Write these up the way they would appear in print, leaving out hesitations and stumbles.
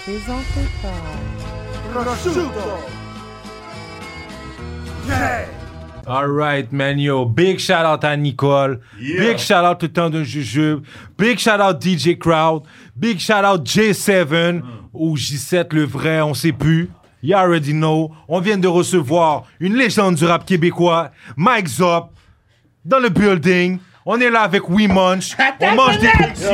présenté par Prosciutto. Yeah. All right, man, yo. Big shout out à Nicole. Yeah. Big shout out to Temps d'un Jujube. Big shout out DJ Crowd. Big shout out J7 ou J7 le vrai, on sait plus. You already know. On vient de recevoir une légende du rap québécois, Mike Zop, dans le building. On est là avec We Munch. On mange des cookies.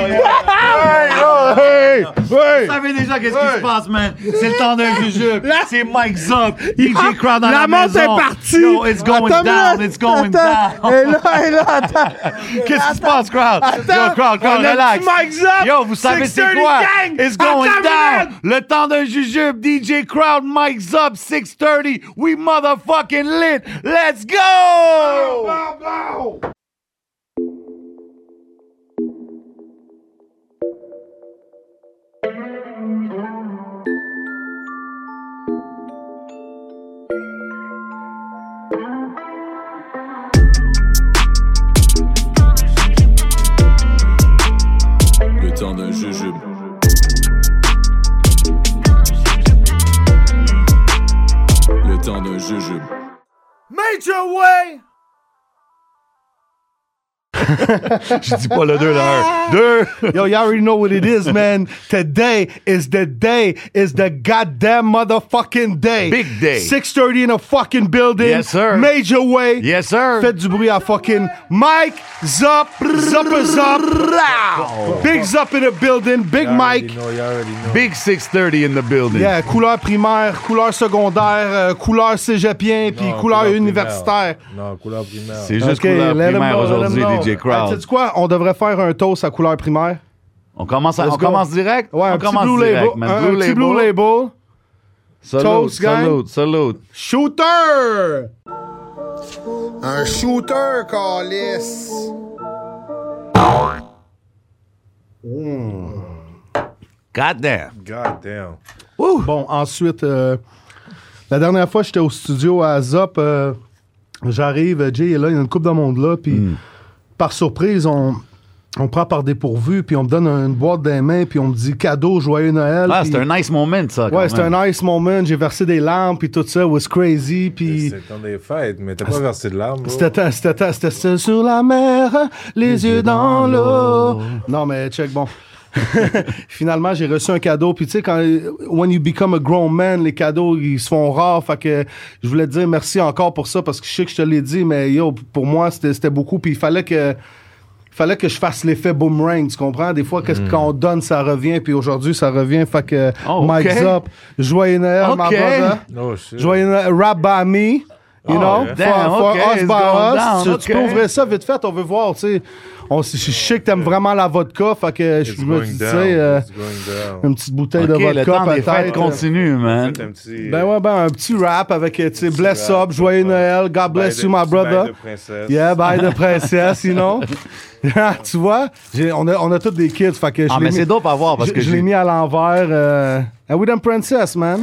Hey! Vous savez déjà qu'est-ce qui se passe, man. C'est le temps d'un jujube. C'est Mike Zop, DJ Crowd dans la maison. La montre est partie. Yo, it's going down, it's going down. Et là, attends. Qu'est-ce qui se passe, Crowd? Yo, Crowd, on a relax. petit Mike Zop. Yo, vous savez c'est 630 quoi? gang. It's going Attends, down. man. Le temps d'un jujube, DJ Crowd, Mike Zop, 630. We motherfucking lit. Let's go! Le temps d'un jujube. Le temps d'un jujube. Major Way! Je dis pas le 2, le 1. 2. Yo, you already know what it is, man. Today is the goddamn motherfucking day. Big day. 6:30 in a fucking building. Yes, sir. Major way. Yes, sir. Faites du bruit à fucking Mike Zop. Zupper Zop. Big Zop in the building. Big Mike. You already know. Big 630 in the building. Yeah, couleur primaire, couleur secondaire, couleur cégepien, puis couleur universitaire. Non, couleur primaire. C'est juste Ok, couleur let 'em primaire know, aujourd'hui, let 'em know. DJ Crowd. Sais-tu quoi? On devrait faire un toast à couleur primaire. On commence Let's go. direct? Ouais, on un petit commence blue direct, label. man. Un petit blue label. Salute, Toast, gang. salute. Shooter! Un shooter, calice. God damn. God damn. Bon, ensuite, la dernière fois, j'étais au studio à Zop. J'arrive, Jay est là, il y a une couple de monde là, puis par surprise, on prend par dépourvu, puis on me donne une boîte dans les mains, puis on me dit cadeau, joyeux Noël. Ah, puis- c'est un nice moment, ça. Ouais, c'était un nice moment. J'ai versé des larmes, puis tout ça was crazy, puis... C'est le temps des fêtes, mais t'as pas versé de larmes, bro. C'était sur la mer, les yeux dans l'eau. Non, mais check, bon. Finalement, j'ai reçu un cadeau. Puis tu sais, quand when you become a grown man, les cadeaux, ils se font rares. Fait que je voulais te dire merci encore pour ça, parce que je sais que je te l'ai dit, mais yo, pour moi, c'était beaucoup. Puis il fallait que je fasse l'effet boomerang, tu comprends? Des fois, quand on donne, ça revient. Puis aujourd'hui, ça revient. Fait que Oh, Mike okay. Zop, joyeux Noël, my brother. Oh, shit. Joyeux Noël, rap by me. You know? yeah. Damn, for okay, us it's by going us. down, Tu peux okay. ouvrir ça vite fait, on veut voir, tu sais. Je sais que t'aimes vraiment la vodka, fait que je It's me going dis, tu down. sais, It's going down. une petite bouteille OK, de le vodka temps des fêtes peut-être. continue, man. Faites un petit... Ben ouais, un petit rap avec, tu sais, bless rap, up, joyeux Noël, God bless Bail you, de- my petit bail brother. de princesse. Yeah, bye de princesse, you know. Tu vois, on a tous des kids, fait que je Ah, l'ai mais mis- c'est dope à voir parce que je l'ai mis à l'envers. And we them princess, man.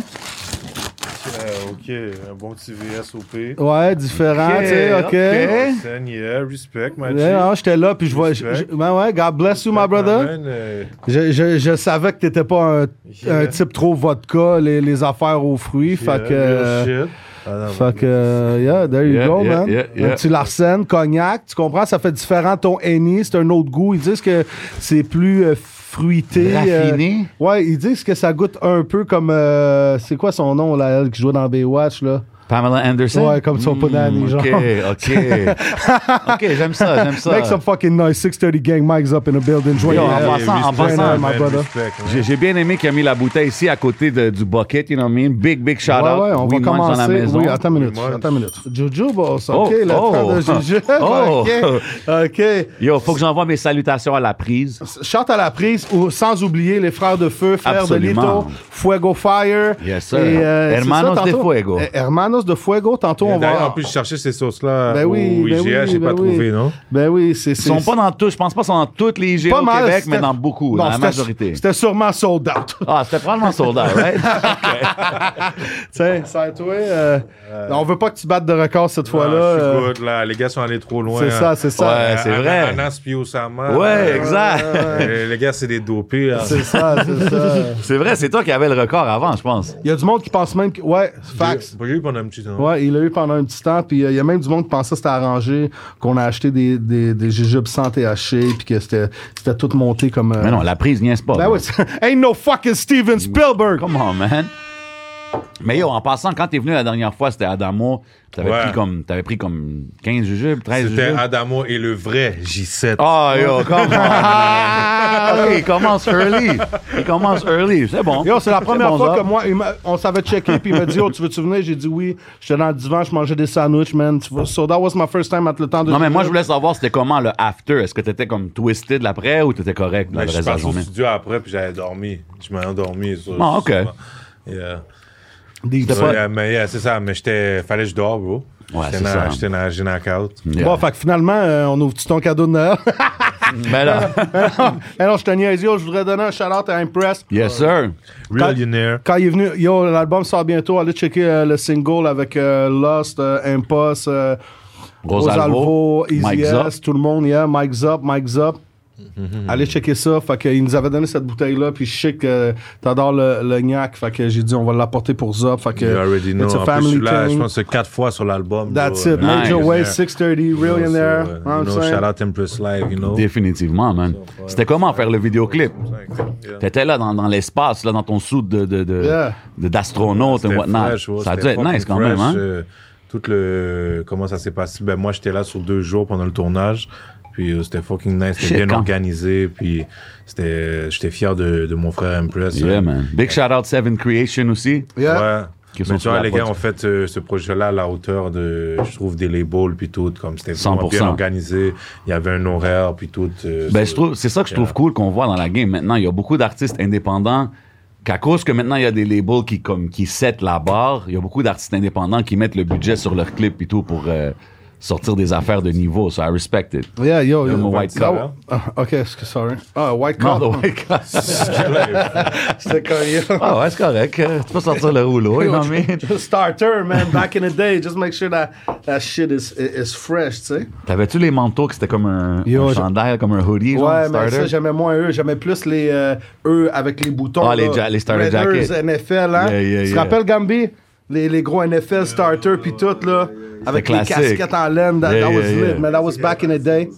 OK, un bon petit VSOP. Ouais, différent, tu sais, OK. Listen, yeah, respect, my G. Yeah, non, j'étais là, puis je vois. Respect. Ben ouais, God bless you, my brother. Man, Je savais que t'étais pas un type trop vodka, les affaires aux fruits. yeah, Fait que. real shit. Ah, non, Fait que, yeah, there you Yeah, go, yeah, man. yeah, yeah. Un petit Larsen, cognac, tu comprends? Ça fait différent ton Henny, c'est un autre goût. Ils disent que c'est plus fruité. Raffiné. Ouais, ils disent que ça goûte un peu comme. C'est quoi son nom, là, elle qui jouait dans Baywatch, là? Pamela Anderson? Ouais, comme son punani, genre. OK. OK, j'aime ça. Make some fucking noise. 630 gang, Mike's up in the building. Joyeux Yo, Noël. en passant, my brother. J'ai bien aimé qu'il a mis la bouteille ici à côté du bucket, you know what I mean? Big shout out. Ouais, on We va Munch dans la commencer. maison. Oui, attends une minute. Juju Boss, OK, le temps de Juju. Oh. OK. Yo, faut que j'envoie mes salutations à la prise. Chante à la prise, sans oublier les frères de feu, frères Absolument. de Lito, Fuego Fire. Yes, sir. Et, c'est Hermanos ça, de tantôt. Fuego. Hermanos Manos de Fuego, tantôt on D'ailleurs, va... en plus, je cherchais ces sauces-là Ben oui, au ben IGA, oui, j'ai ben pas oui. trouvé, non? Ben oui, Ils sont pas dans tous, je pense pas qu'ils sont dans toutes les IGA Pas au mal, Québec, c'était- mais dans beaucoup, Non, dans la c'était- majorité. C'était sûrement sold out. Ah, c'était probablement sold out, right? Tiens, ça toi, on veut pas que tu battes de record cette fois-là. Je suis good, là. Les gars sont allés trop loin. C'est ça, c'est ça. Ouais, c'est vrai. Anas puis Osama. Ouais, exact. Les gars, c'est des dopés. Là. C'est ça, c'est ça. C'est vrai, c'est toi qui avais le record avant, je pense. Il y a du monde qui pense même que... Ouais, facts. J'ai eu pendant un petit temps. Ouais, il l'a eu pendant un petit temps, puis il y a même du monde qui pensait que c'était arrangé, qu'on a acheté des jujubes sans THC, puis que c'était tout monté comme... Mais non, la prise niaise pas. Ben ouais, ain't no fucking Steven Spielberg! Come on, man. Mais yo, en passant, quand t'es venu la dernière fois, c'était Adamo. T'avais pris comme 15 jujubes, 13 C'était jujubes. Adamo et le vrai J7. Oh, yo, come on. OK, il commence early. C'est bon. Yo, c'est la première bon, fois ça. que moi, on s'avait checké, puis il m'a dit, oh, tu veux-tu venir? J'ai dit oui. J'étais dans le divan, je mangeais des sandwichs, man. So that was my first time at le temps de... Non, mais moi, je voulais savoir c'était comment le after. Est-ce que t'étais comme twisted après ou t'étais correct dans Mais le je reste de la suis parti au journée? studio après, puis j'avais dormi. Je m'avais endormi. Ah, OK. Yeah. Des- pas- Mais yeah, c'est ça. Mais fallait que je dors, bro. Ouais, c'est ça. J'ai knock-out. Yeah. Bon, fait que finalement, on ouvre-tu ton cadeau de Noël? Ben là, Alors, je te niaise, yo, je voudrais donner un shout-out à Impress. yes, sir. Millionaire. Quand il est venu, yo, l'album sort bientôt. Allez checker le single avec Lost, Impost, Rosalvo, Easy Mike's Up. S, tout le monde, yeah, Mike's Up. Allez checker ça. Fait qu'il nous avait donné cette bouteille-là, puis je sais que t'adores le gnac. Fait que j'ai dit, on va l'apporter pour Zop. Fait que You already know. it's a En plus, family celui-là, je thing. pense que c'est 4 fois sur l'album. That's bro. it. Major Nice. Way, 630, Millionaire. So, You know what I'm shout saying? out Empress Live, you know. Définitivement, man. C'était comment faire le vidéoclip? Yeah. T'étais là dans l'espace, là, dans ton suit Yeah. d'astronaute et C'était whatnot. fresh, ouais, Ça a dû c'était être nice fucking quand même, fresh, hein? Tout comment ça s'est passé? Ben, moi, j'étais là sur 2 jours pendant le tournage. Puis c'était fucking nice, c'était Shit, bien quand- organisé. Puis j'étais fier de mon frère Impress. Yeah, man. Big shout out Seven Creation aussi. Yeah. Ouais. Qui sont Mais tu sur vois, la les gars prod. ont fait ce projet-là à la hauteur de, je trouve, des labels, puis tout. Comme c'était vraiment 100%. bien organisé. Il y avait un horaire, puis tout. Ben, c'est ça que je trouve cool qu'on voit dans la game. Maintenant, il y a beaucoup d'artistes indépendants qu'à cause que maintenant, il y a des labels qui set la barre, il y a beaucoup d'artistes indépendants qui mettent le budget sur leur clip et tout pour sortir des affaires de niveau. So I respect it. Yeah, yo, Comme yo. White Ça Cup. va- OK, sorry. Ah, White Non, Cup. the White Cup. C'était comme, yo. Ah ouais, c'est correct. Tu peux sortir le rouleau, you know what I mean? Just starter, man, back in the day. Just make sure that shit is fresh, tu sais. T'avais-tu les manteaux que c'était comme un chandail, comme un hoodie, genre, Ouais, mais starter? ça, j'aimais moins eux. J'aimais plus les eux avec les boutons. Ah, là. les starter Raiders, jackets. NFL, hein. Yeah, Tu te yeah. rappelles, Gambi? Les gros NFL starter puis tout, là. Avec les classique. casquettes en laine. That Yeah, was yeah, lit, yeah. man. That was back in the day.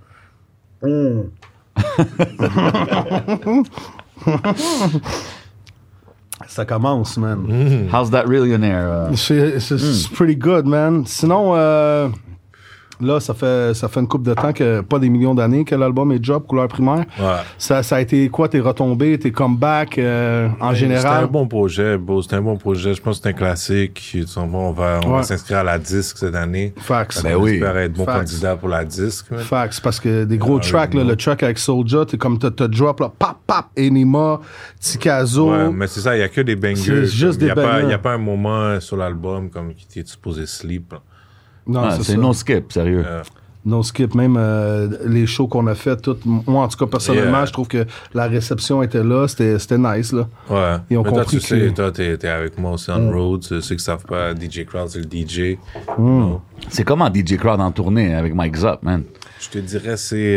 Ça commence, man. How's that millionaire? C'est pretty good, man. Sinon, là, ça fait une couple de temps que, pas des millions d'années, que l'album est drop, couleur primaire. Ouais. Ça a été quoi, tes retombées, tes comebacks en C'était un général? bon projet, bro. C'était un bon projet. Je pense que c'est un classique. On va Ouais. s'inscrire à la disque cette année. Facts. Ben On oui. espère être bon Facts. candidat pour la disque. man. Facts, parce que des gros tracks, là, le track avec Soulja, t'es comme t'as drop, là, pap, pap, Enima, Tikazo. Ouais, mais c'est ça, il n'y a que des bangers. C'est juste Il n'y des bangers. a pas un moment sur l'album comme qui t'es supposé sleep. là. Non, Ah, c'est c'est ça. no skip, sérieux. No skip, même les shows qu'on a fait, tout, moi en tout cas personnellement, Yeah. je trouve que la réception était là, c'était nice là. Ouais. Ils ont Mais toi, compris tu sais, que- toi, t'es avec moi aussi on road. Ceux qui savent pas, DJ Crowd, c'est le DJ. C'est comment DJ Crowd en tournée avec Mike Zop, man? Je te dirais,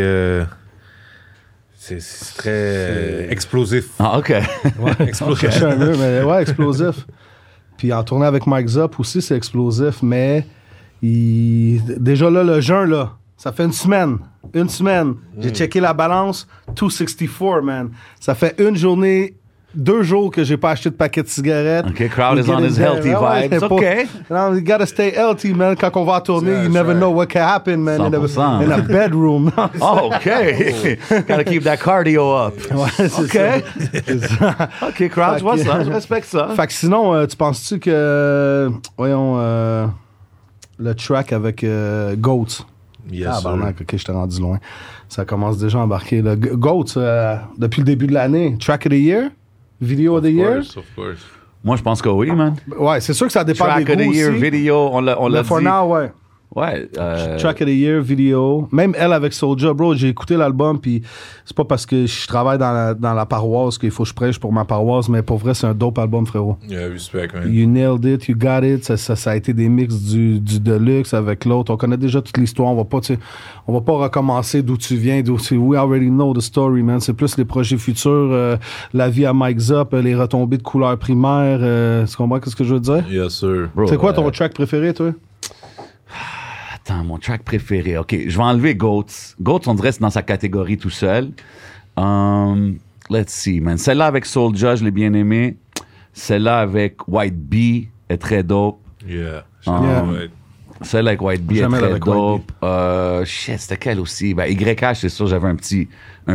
c'est très explosif. Ah, OK. Explosif. Je suis un peu, mais ouais, explosif. Puis en tournée avec Mike Zop aussi, c'est explosif, mais déjà là, le jeûne, là, ça fait une semaine. J'ai checké la balance, 264, man. Ça fait une journée, 2 jours que j'ai pas acheté de paquet de cigarettes. OK, Crowd We is on get in his there. healthy Ah ouais, vibes. c'est pas- OK. Non, you gotta stay healthy, man. Quand on va en tournée, you never know what can happen, man, in 100%. a bedroom. Oh, OK. Gotta keep that cardio up. Ouais, c'est OK. ça. C'est ça. OK, Crowd, je vois Fait que- ça. Je respecte ça. Fait que sinon, tu penses-tu que, voyons, le track avec Goats. Yes, Ah, sir. barnac, ok, je t'ai rendu loin. Ça commence déjà à embarquer. Goats, depuis le début de l'année. Track of the year? Video of the year? Of course. Moi, je pense que oui, man. Ouais, c'est sûr que ça dépend Track des of the goûts Year aussi. video, on l'a Mais for dit. now, ouais. Ouais. Track of the Year, vidéo. Même elle avec Soulja, bro, j'ai écouté l'album, puis c'est pas parce que je travaille dans la paroisse qu'il faut que je prêche pour ma paroisse, mais pour vrai, c'est un dope album, frérot. Yeah, respect, man. You nailed it, you got it. Ça a été des mix du Deluxe avec l'autre. On connaît déjà toute l'histoire. On va pas recommencer d'où tu viens. We already know the story, man. C'est plus les projets futurs, la vie à Mike Zop, les retombées de couleurs primaires. Tu comprends ce que je veux dire? Yes, sir. Bro, C'est quoi ton track préféré, toi? Attends, mon track préféré. OK, je vais enlever Goats. Goats, on dirait que c'est dans sa catégorie tout seul. Let's see, man. Celle-là avec Soulja, je l'ai bien aimé. Celle-là avec White Bee est très dope. Yeah. Yeah. Ouais. Celle avec White Bee est Jamais très avec White dope. Shit, c'était quelle aussi? Ben, YH, c'est sûr, j'avais un petit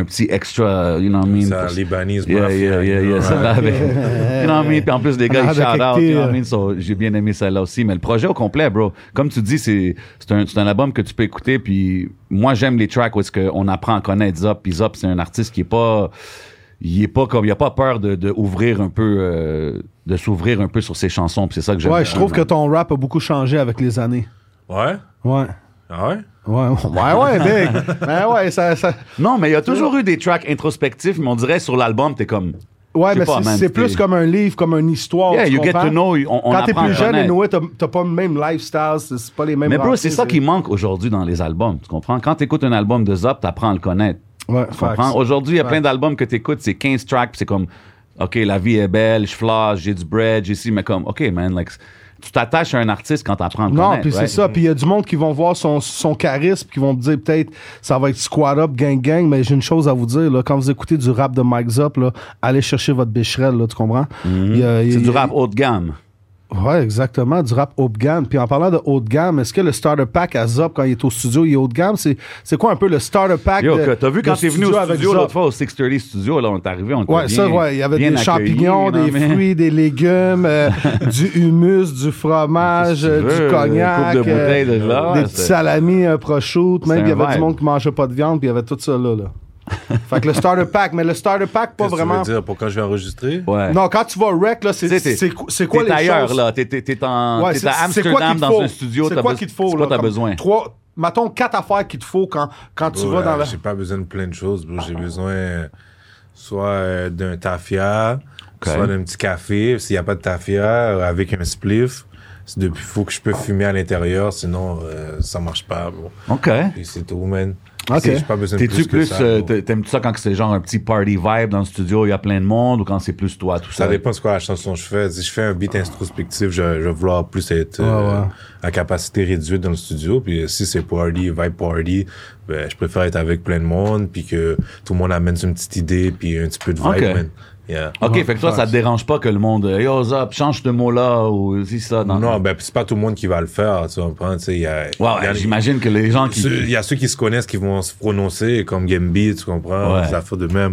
extra, you know what I mean? C'est un Libanese Yeah, mafia, yeah, you know. celle-là avec... you know what I mean? Puis en plus, les gars, ils Avec shout out, tes, you know what I mean? So, j'ai bien aimé celle-là aussi. Mais le projet au complet, bro, comme tu dis, c'est un album que tu peux écouter. Puis moi, j'aime les tracks où est-ce qu'on apprend à connaître Zop. Puis Zop, c'est un artiste qui est pas... Il a pas peur de ouvrir un peu, de s'ouvrir un peu sur ses chansons. Puis c'est ça que j'aime. Ouais, je trouve que ton rap a beaucoup changé avec les années. Ouais? Ouais. Ah ouais? Ouais, big. Ben ouais, ça... Non, mais il y a toujours eu des tracks introspectifs, mais on dirait sur l'album, t'es comme... Ouais, Je sais mais pas, man, c'est plus comme un livre, comme une histoire. Yeah, tu you get comprends? to know, on Quand t'es apprend à plus jeune, connaître. anyway, t'as pas le même lifestyle, c'est pas les mêmes... Mais bro, c'est rentrées, ça qui manque aujourd'hui dans les albums, tu comprends? Quand t'écoutes un album de Zop, t'apprends à le connaître. Ouais, Tu comprends? Aujourd'hui, il y a plein d'albums que t'écoutes, c'est 15 tracks, puis c'est comme, OK, la vie est belle, je flash, j'ai du bread, j'ai ci, mais comme, OK, man, like, tu t'attaches à un artiste quand t'apprends à le connaître. Non, puis c'est right? ça. Puis il y a du monde qui vont voir son charisme, qui vont me dire peut-être ça va être squad up, gang gang, mais j'ai une chose à vous dire, là, quand vous écoutez du rap de Mike Zop, là, allez chercher votre bécherelle, là, tu comprends? C'est du rap haut de gamme. Ouais, exactement, du rap haut de gamme. Puis en parlant de haut de gamme, est-ce que le starter pack à Zop, quand il est au studio, il est haut de gamme? C'est quoi un peu le starter pack Yo, de, t'as vu quand de t'es venu au avec studio Zop? l'autre fois au 630 Studio, là, on est arrivé, on était Ouais, bien, ça, ouais. Il y avait bien des accueillis, champignons, non, des mais- fruits, des légumes, du humus, du fromage, Qu'est-ce que tu du veux, cognac, une couple de bouteilles de là, des ouais, petits c'est- salamis, un prosciutto. C'est Même, il y un avait du vibe. monde qui mangeait pas de viande, puis il y avait tout ça là. Fait que le starter pack, mais le starter pack, pas Qu'est-ce que tu vraiment. veux dire pour quand je vais enregistrer? Ouais. Non, quand tu vas rec, là, Tu sais, c'est quoi t'es les ailleurs, choses? là. T'es à Ouais, c'est quoi Amsterdam qu'il te dans faut? un studio. C'est quoi qu'il te faut, C'est là? quoi t'as comme besoin? Mettons 4 affaires qu'il te faut quand tu vas dans la... J'ai pas besoin de plein de choses, bro. J'ai besoin soit d'un tafia, soit d'un petit café. S'il y a pas de tafia, avec un spliff. Il faut que je peux fumer à l'intérieur, sinon ça marche pas, bro. OK. Et c'est tout, man. Ok. J'ai pas besoin de T'es-tu plus que plus, ça, bro. t'aimes-tu ça quand c'est genre un petit party vibe dans le studio, il y a plein de monde, ou quand c'est plus toi, tout ça? Ça dépend de quoi la chanson je fais. Si je fais un beat introspectif, je vais vouloir plus être à capacité réduite dans le studio. Puis si c'est party, vibe party, ben, je préfère être avec plein de monde, puis que tout le monde amène une petite idée, puis un petit peu de vibe, Ok. man. Yeah. OK, Ouais, fait que toi, ça te dérange pas que le monde, yo, Zop, change ce mot-là, ou si ça. Non, ben c'est pas tout le monde qui va le faire, tu comprends? Tu sais, il y a, Ouais, j'imagine que les gens qui... il y a ceux qui se connaissent qui vont se prononcer comme Gambi, tu comprends? Ouais. Ça fait de même.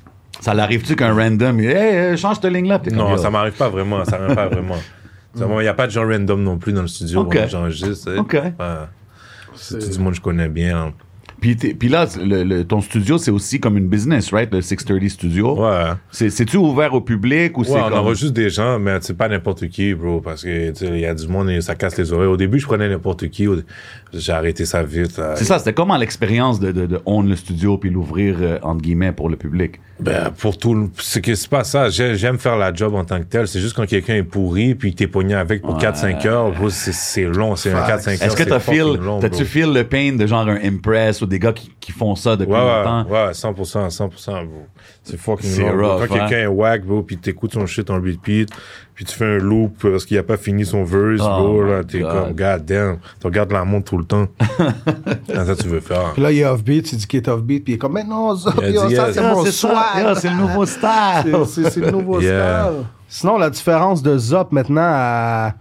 Ça l'arrive-tu qu'un random, hey, change cette ligne-là? Puis t'es comme, Non, yo. ça m'arrive pas vraiment. Ça m'arrive pas vraiment. Il n'y a pas de gens random non plus dans le studio. Ok. J'enregistre. Ok. Ouais. C'est tout du monde que je connais bien. Hein. Puis là, ton studio, c'est aussi comme une business, right? Le 630 Studio. Ouais. C'est-tu ouvert au public ou c'est Ouais, on comme... enregistre des gens, mais c'est pas n'importe qui, bro, parce que tu sais, il y a du monde et ça casse les oreilles. Au début, je prenais n'importe qui. J'ai arrêté ça vite. Là. C'est ça, c'était comment l'expérience de own le studio puis l'ouvrir, entre guillemets, pour le public? Ben, pour tout le... C'est pas ça. J'aime faire la job en tant que tel. C'est juste quand quelqu'un est pourri puis que t'es pogné avec pour 4-5 heures, bro, c'est long. C'est un 4-5 heures. Est-ce que c'est t'as-tu feel le pain de genre un Impress ou des gars qui font ça depuis longtemps? Ouais, 100%, bro. C'est fucking C'est long, bro. rough, Quand quelqu'un est whack, bro, pis t'écoutes son shit en repeat, puis tu fais un loop parce qu'il a pas fini son verse, Oh bro, my là, t'es God. comme, god damn, tu regardes la montre tout le temps. Quand ça, tu veux faire. Puis là, il est off-beat, il dit qu'il est off-beat, puis il est comme, mais non, ça, Il a yo, dit, ça yes. c'est Ah, mon c'est ça. swag. Yo, c'est le nouveau style. C'est le nouveau Yeah. style. Sinon, la différence de Zop maintenant à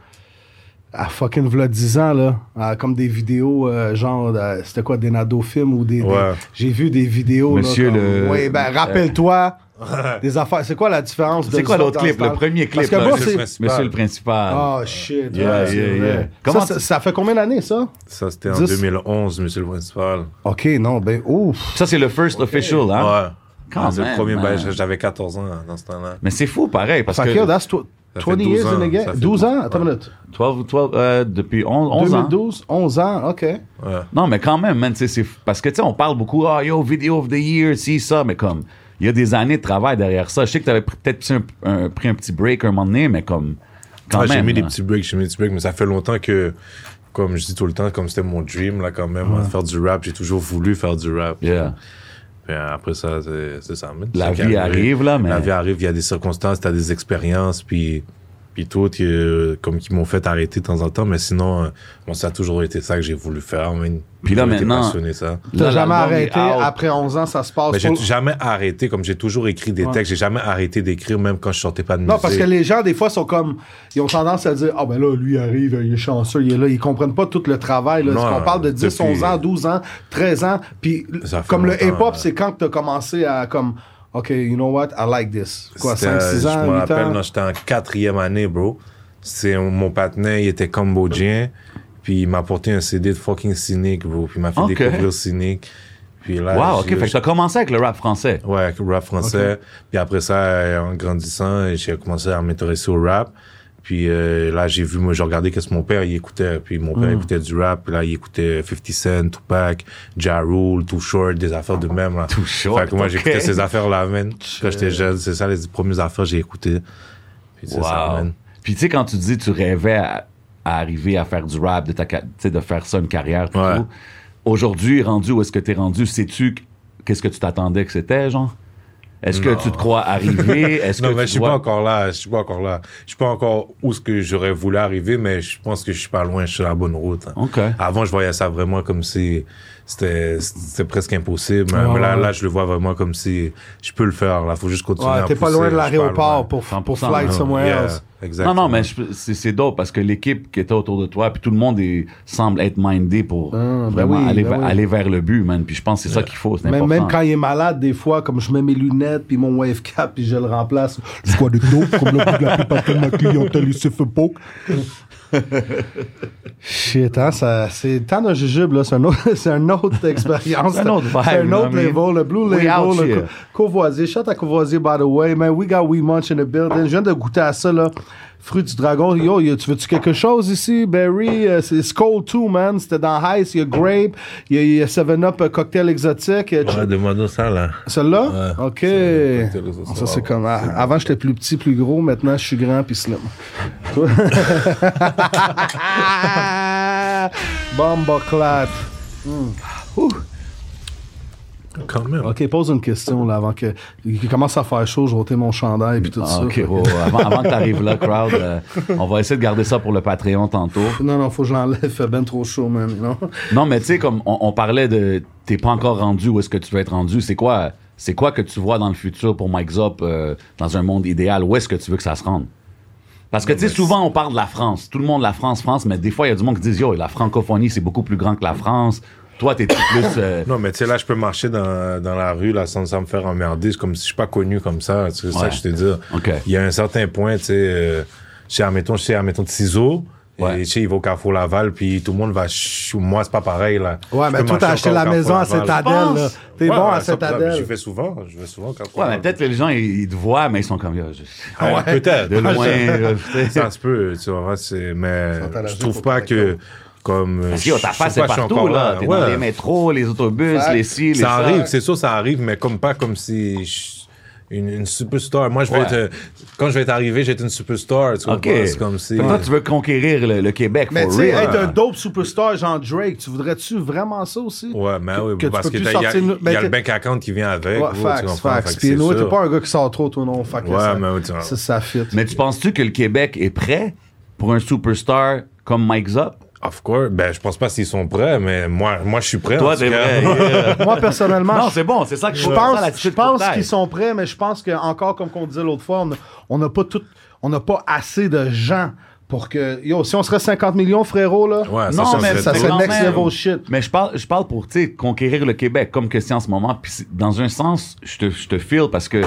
fucking v'là 10 ans, là, comme des vidéos, genre, c'était quoi, des Nado films ou des... Ouais. J'ai vu des vidéos, Monsieur là, comme, le- ouais, ben, rappelle-toi des affaires. C'est quoi la différence de C'est quoi Zop l'autre dans clip? ce temps? Le premier clip, Parce que là, moi, Monsieur c'est... le principal. Monsieur le principal. Oh, shit. Yeah, ouais, c'est yeah, vrai. yeah. Comment Ça fait combien d'années, ça? Ça, c'était en 10. 2011, monsieur le principal. OK, non, ben, ouf. Ça, c'est le first official, hein? Ouais. Quand C'est même, le premier, man. j'avais 14 ans dans ce temps-là. Mais c'est fou, pareil, parce Fait que... que, that's fait 20 years in the ça game. fait 12 ans? Attends une minute. 12, depuis 11 ans. 2012, 11 ans, OK. Ouais. Non, mais quand même, man, c'est parce que, tu sais, on parle beaucoup, yo, Video of the Year, si, ça, mais comme, il y a des années de travail derrière ça. Je sais que t'avais peut-être pris un petit break un moment donné, mais comme, quand même. J'ai mis des là. petits breaks, mais ça fait longtemps que, comme je dis tout le temps, comme c'était mon dream, là, quand même, faire du rap, j'ai toujours voulu faire du rap. Yeah. Puis après ça, c'est ça. man. La C'est vie qui arrive, là, mais... La vie arrive, il y a des circonstances, t'as des expériences, puis tout, comme qui m'ont fait arrêter de temps en temps, mais sinon, bon, ça a toujours été ça que j'ai voulu faire, man. Puis là, J'ai été maintenant- passionné, ça. T'as Là, jamais l'album arrêté, est out. après 11 ans, ça se passe. Mais j'ai Faut- jamais arrêté, comme j'ai toujours écrit des textes, j'ai jamais arrêté d'écrire, même quand je sortais pas de musique. Non, parce que les gens, des fois, sont comme. Ils ont tendance à dire, ah ben là, lui arrive, il est chanceux, il est là. Ils comprennent pas tout le travail. Là. Non, On parle de 10, depuis- 11 ans, 12 ans, 13 ans. Puis, Ça fait comme le longtemps, hip-hop, ouais. c'est quand t'as commencé à, comme, OK, you know what, I like this. Quoi, 5, 6 ans, Je 8 me rappelle, ans? quand j'étais en 4e année, bro. Mon partenaire, il était cambodgien. Puis il m'a apporté un CD de fucking Cynic, bro. Puis il m'a fait Ok. découvrir Cynic. Puis là, Wow, OK, j'ai- fait que t'as commencé avec le rap français. Ouais, avec le rap français. Puis après ça, en grandissant, j'ai commencé à m'intéresser au rap. Puis là, j'ai vu, moi, j'ai regardé qu'est-ce que mon père il écoutait. Puis mon père écoutait du rap. Puis là, il écoutait 50 Cent, Tupac, Ja Rule, Too Short, des affaires de même. Là. Too Short, Fait que moi, ok. j'écoutais ces affaires-là, man. Quand j'étais jeune, c'est ça les premières affaires que j'ai écoutées. Puis c'est ça, Wow. man. Puis tu sais, quand tu dis tu rêvais à arriver à faire du rap, tu sais, de faire ça une carrière, tout, Ouais. tout. Aujourd'hui, rendu où est-ce que t'es rendu, sais-tu qu'est-ce que tu t'attendais que c'était, genre? Est-ce que tu te crois arriver? Est-ce Non, que mais tu je suis pas encore là. Je suis pas encore là. Je suis pas encore où ce que j'aurais voulu arriver, mais je pense que je suis pas loin. Je suis sur la bonne route. Hein. OK. Avant, je voyais ça vraiment comme si c'était presque impossible. Mais là, je le vois vraiment comme si je peux le faire. Là, faut juste continuer. Ouais, à t'es pas pousser. loin de Je suis pas l'aéroport loin. pour 100%, flight non. somewhere Yeah, else. exactement. Non, mais c'est dope parce que l'équipe qui était autour de toi, puis tout le monde semble être mindé pour vraiment oui, aller, ben oui. aller vers le but, man. Puis je pense que c'est ça qu'il faut, c'est important. Même quand il est malade, des fois, comme je mets mes lunettes puis mon wave cap puis je le remplace. Je crois de dope, comme le bout de la plupart de ma clientèle, il se fait poke. Shit, hein, c'est tant d'un jujube, là. C'est une autre expérience. C'est un autre vibe, C'est un là, autre mais- level, le Blue We Label, out le here. Courvoisier. Shout à Courvoisier, by the way. Man, we got We Munch in the building. Je viens de goûter à ça, là. Fruit du dragon. Yo, tu veux-tu quelque chose ici? Berry, c'est Skull 2, man. C'était dans Heist. Il y a Grape. Il y a 7-Up cocktail exotique. Ouais, demande ça, là. Celle-là? Ouais. OK. C'est un cocktail, Ça, c'est comme... Avant, j'étais plus petit, plus gros. Maintenant, je suis grand puis slim. Toi? Bomboclat. Quand même. OK, pose une question, là, avant qu'il commence à faire chaud. Je vais ôter mon chandail puis tout ça. OK, oh, avant que t'arrives là, crowd, on va essayer de garder ça pour le Patreon tantôt. Non, faut que je l'enlève. Il fait ben trop chaud, man. You know? Non, mais tu sais, comme on parlait de t'es pas encore rendu où est-ce que tu veux être rendu, c'est quoi que tu vois dans le futur pour Mike Zop dans un monde idéal? Où est-ce que tu veux que ça se rende? Parce que, tu sais, souvent, on parle de la France. Tout le monde, la France, mais des fois, il y a du monde qui dit, yo, la francophonie, c'est beaucoup plus grand que la France. Toi, t'es plus... Non, mais tu sais, là, je peux marcher dans la rue là, sans me faire emmerder. C'est comme si je suis pas connu comme ça. C'est ça Ouais. que je te dis. OK. Il y a un certain point, tu sais, chez Admettons de ciseaux. Ouais. Et tu sais, il va au Carrefour Laval, puis tout le monde va... Moi, c'est pas pareil, là. Ouais, Je mais peux toi, t'as marcher acheté encore la au maison à Carrefour Laval. Citadelle, là. T'es Ouais, bon à ouais, ça, Citadelle. Je vais souvent au Carrefour Ouais, mais Laval. peut-être les gens, ils te voient, mais ils sont comme... Yo, Ouais, peut-être. de loin, tu sais. Ça se peut, tu vois, mais je trouve pas que... Comme, Parce que yo, ta je face trouve est pas que je suis partout, encore là. T'es dans Ouais. les métros, les autobus, Fact. les ci, les Ça ça. arrive, c'est sûr, ça arrive, mais pas comme si une superstar. Moi, quand je vais être arrivé, j'étais une superstar. Tu comprends? OK. C'est comme si. Fait que toi, tu veux conquérir le Québec, Mais for tu sais, real. être un dope superstar genre Drake, tu voudrais-tu vraiment ça aussi? Ouais, mais oui, que tu parce peux qu'il plus y a sortir une- le ben, bank account qui vient avec. Ouais, gros, tu facts, comprends? facts. Fait que Puis c'est nous, t'es sûr. pas un gars qui sort trop, toi, non. Fait que Ouais, ça, mais oui, tu vois. ça fit. Mais tu penses-tu que le Québec est prêt pour un superstar comme Mike Zop? Of course. Ben, je pense pas s'ils sont prêts, mais moi, je suis prêt. Toi, en tout t'es cas. prêt. Moi, personnellement, Non, c'est bon, c'est ça que je pense qu'ils sont prêts, mais je pense que encore comme on disait l'autre fois, on n'a pas assez de gens pour que... Yo, si on serait 50 millions, frérot, là, Ouais, Non, mais serait ça très- serait quand next même. level shit. Mais je parle pour, tu sais, conquérir le Québec comme question en ce moment. Puis dans un sens, je te feel parce que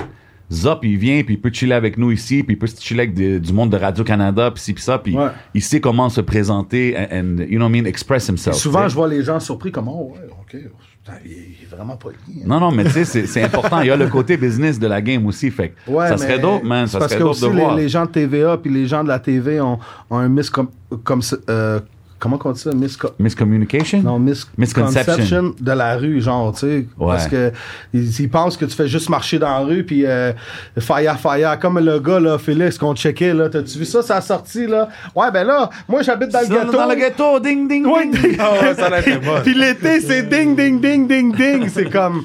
Zop, il vient, puis il peut chiller avec nous ici, puis il peut chiller avec du monde de Radio-Canada, puis ci, puis ça, puis il sait comment se présenter and you know what I mean, express himself. Et souvent, je vois les gens surpris comme, oh, ouais, OK, putain, il est vraiment pas lié. Non, mais tu sais, c'est important. Il y a le côté business de la game aussi, fait que ça serait dope, man, ça serait dope de voir. Les gens de TVA, puis les gens de la TV ont un comment on dit ça? Miscommunication? Non, misconception de la rue, genre, tu sais. Ouais. Parce que ils pensent que tu fais juste marcher dans la rue, puis fire, comme le gars, là, Félix, qu'on checkait, là. T'as-tu vu ça, ça sorti, là? Ouais, ben là, moi, j'habite dans le ghetto. Dans le ghetto, ding, ding, ding. Ça l'a été bon. Puis l'été, c'est ding, ding, ding, ding, ding. C'est comme...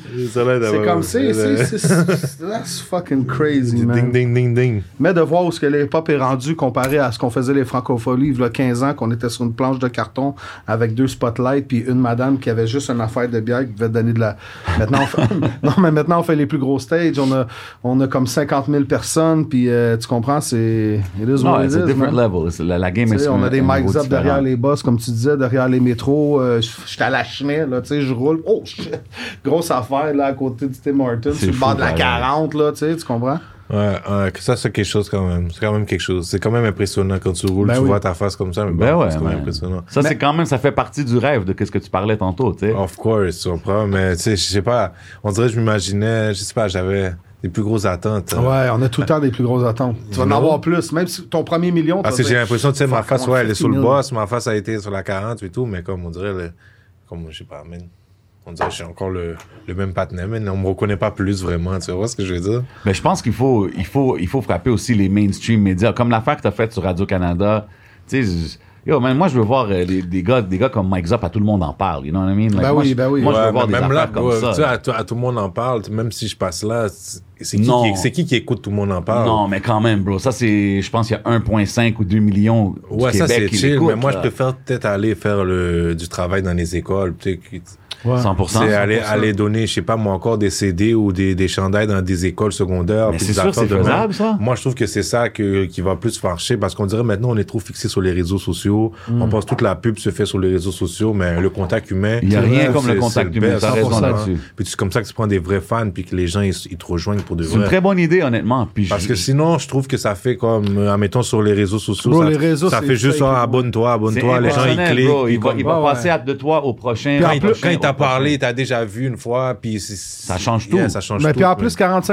That's fucking crazy, man. Ding, ding, ding, ding. Mais de voir où ce que l'hip-hop est rendu comparé à ce qu'on faisait les francopholies, il y a 15 ans, qu'on était sur une planche de carton avec 2 spotlights puis une madame qui avait juste une affaire de bière qui devait donner de la... Maintenant, on fait les plus gros stages. On a comme 50 000 personnes, puis tu comprends, c'est... C'est un different level. La game est... On a des mics up derrière les boss, comme tu disais, derrière les métros. J'étais à la chemin, là, tu sais, je roule. Oh, shit! Grosse affaire, là, à côté du Tim Hortons, sur le bord de la 40, là, tu sais, tu comprends? Ouais, ça c'est quelque chose quand même. C'est quand même quelque chose. C'est quand même impressionnant quand tu roules, tu vois ta face comme ça. Mais c'est quand même impressionnant. Ça, c'est quand même, ça fait partie du rêve de ce que tu parlais tantôt, tu sais. Of course, tu comprends. Mais tu sais, je sais pas, on dirait que je m'imaginais, je sais pas, j'avais des plus grosses attentes. Ouais, on a tout le temps des plus grosses attentes. Tu vas en avoir plus, même si ton premier million... Parce que j'ai l'impression, tu sais, ma face, elle est sur le boss, ma face a été sur la 40 et tout, mais comme on dirait, comme, je sais pas, on dirait que j'ai encore le même partenaire, mais on me reconnaît pas plus vraiment, tu vois ce que je veux dire? Mais je pense qu'il faut frapper aussi les mainstream médias, comme l'affaire que tu as faite sur Radio-Canada. Tu sais, moi, je veux voir des gars comme Mike Zop, à tout le monde en parle, you know what I mean? Like, oui. Moi, je veux voir des même affaires là, comme ça. Tu sais, à tout le monde en parle, même si je passe là, c'est qui écoute Tout le monde en parle? Non, mais quand même, bro. Ça, je pense qu'il y a 1,5 ou 2 millions du Québec ça, c'est qui chill, l'écoutent. mais moi, je préfère peut-être aller faire du travail dans les écoles, tu sais, 100%. C'est aller donner, je sais pas moi, encore des CD ou des chandails dans des écoles secondaires. Mais c'est sûr, c'est faisable, ça. Moi, je trouve que c'est ça qui va plus marcher parce qu'on dirait maintenant, on est trop fixé sur les réseaux sociaux. On pense toute la pub se fait sur les réseaux sociaux, mais le contact humain. Il n'y a rien comme le contact humain. T'as raison là-dessus. Puis c'est comme ça que tu prends des vrais fans puis que les gens, ils te rejoignent pour de vrai. C'est une très bonne idée, honnêtement. Puis parce que sinon, je trouve que ça fait comme, admettons, sur les réseaux sociaux. Bro, ça fait juste, abonne-toi. Les gens, ils cliquent. Il va passer de toi au prochain. Quand il t'a parlé, t'as déjà vu une fois, puis ça change tout. Ça change mais tout. Puis en plus,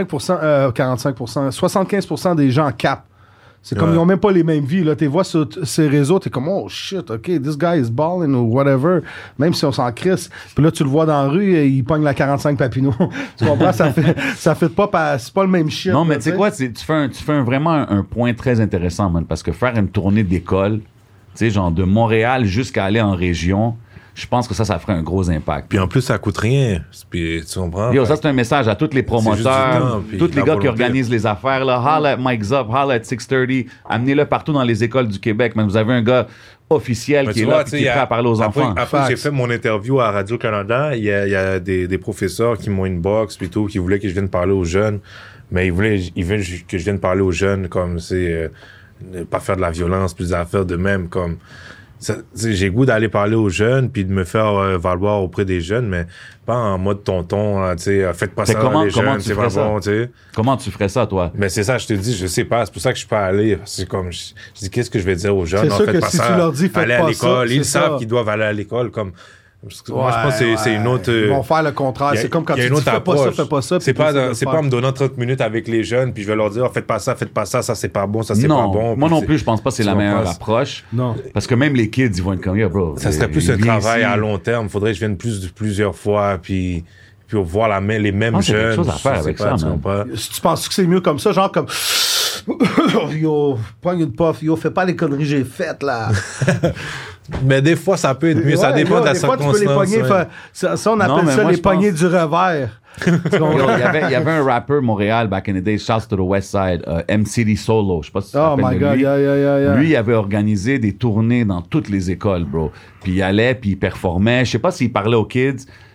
75% des gens capent. C'est comme ils n'ont même pas les mêmes vies. Là, tu vois sur ces réseaux, tu es comme, oh shit, OK, this guy is balling ou whatever. Même si on s'en crisse. Puis là, tu le vois dans la rue, il pogne la 45 Papineau. Tu comprends? ça fait pas, c'est pas le même shit. Non, mais tu sais quoi, tu fais vraiment un point très intéressant, man, parce que faire une tournée d'école, tu sais, genre de Montréal jusqu'à aller en région, je pense que ça ferait un gros impact. Puis en plus, ça coûte rien. Puis, tu comprends? Yo, ça, c'est un message à tous les promoteurs, tous les gars qui organisent les affaires. Là. Holla at Mike Zop, holla at 630. Amenez-le partout dans les écoles du Québec. Mais vous avez un gars officiel qui est là, qui est prêt à parler aux enfants. Après j'ai fait mon interview à Radio-Canada, il y a des professeurs qui m'ont inbox, puis tout, qui voulaient que je vienne parler aux jeunes. Mais ils veulent que je vienne parler aux jeunes comme c'est ne pas faire de la violence, plus des affaires de même, comme... j'ai goût d'aller parler aux jeunes puis de me faire valoir auprès des jeunes, mais pas en mode tonton, tu sais, faites pas ça les jeunes, c'est pas bon, tu sais. Comment tu ferais ça, toi? Mais c'est ça, je te dis, je sais pas, c'est pour ça que je suis pas allé. C'est comme, je dis, qu'est-ce que je vais dire aux jeunes? C'est sûr que si tu leur dis, faites aller pas à l'école, ça, ils savent qu'ils doivent aller à l'école, comme... Moi, je pense que c'est une autre... Ils vont faire le contraire. C'est comme quand tu dis, fais pas ça. C'est pas en me donnant 30 minutes avec les jeunes, puis je vais leur dire, faites pas ça, ça c'est pas bon, ça c'est pas bon. Moi non plus, je pense pas que c'est la meilleure approche. Non. Parce que même les kids, ils vont être comme, bro. Ça serait plus un travail à long terme. Faudrait que je vienne plusieurs fois, puis voir les mêmes jeunes. C'est quelque chose à faire avec ça, man. Tu penses que c'est mieux comme ça, genre comme... Yo, prends une puff, yo, fais pas les conneries que j'ai faites, là. Mais des fois, ça peut être mieux, ça dépend de la circonstance. Des fois, tu peux les pogner, ça, on appelle ça les poignées du revers. Il y avait un rappeur Montréal, back in the day, shouts to the West Side, MCD Solo, je sais pas si tu te rappelles de lui. Yeah. Lui, il avait organisé des tournées dans toutes les écoles, bro. Puis il allait, puis il performait. Je sais pas s'il parlait aux kids,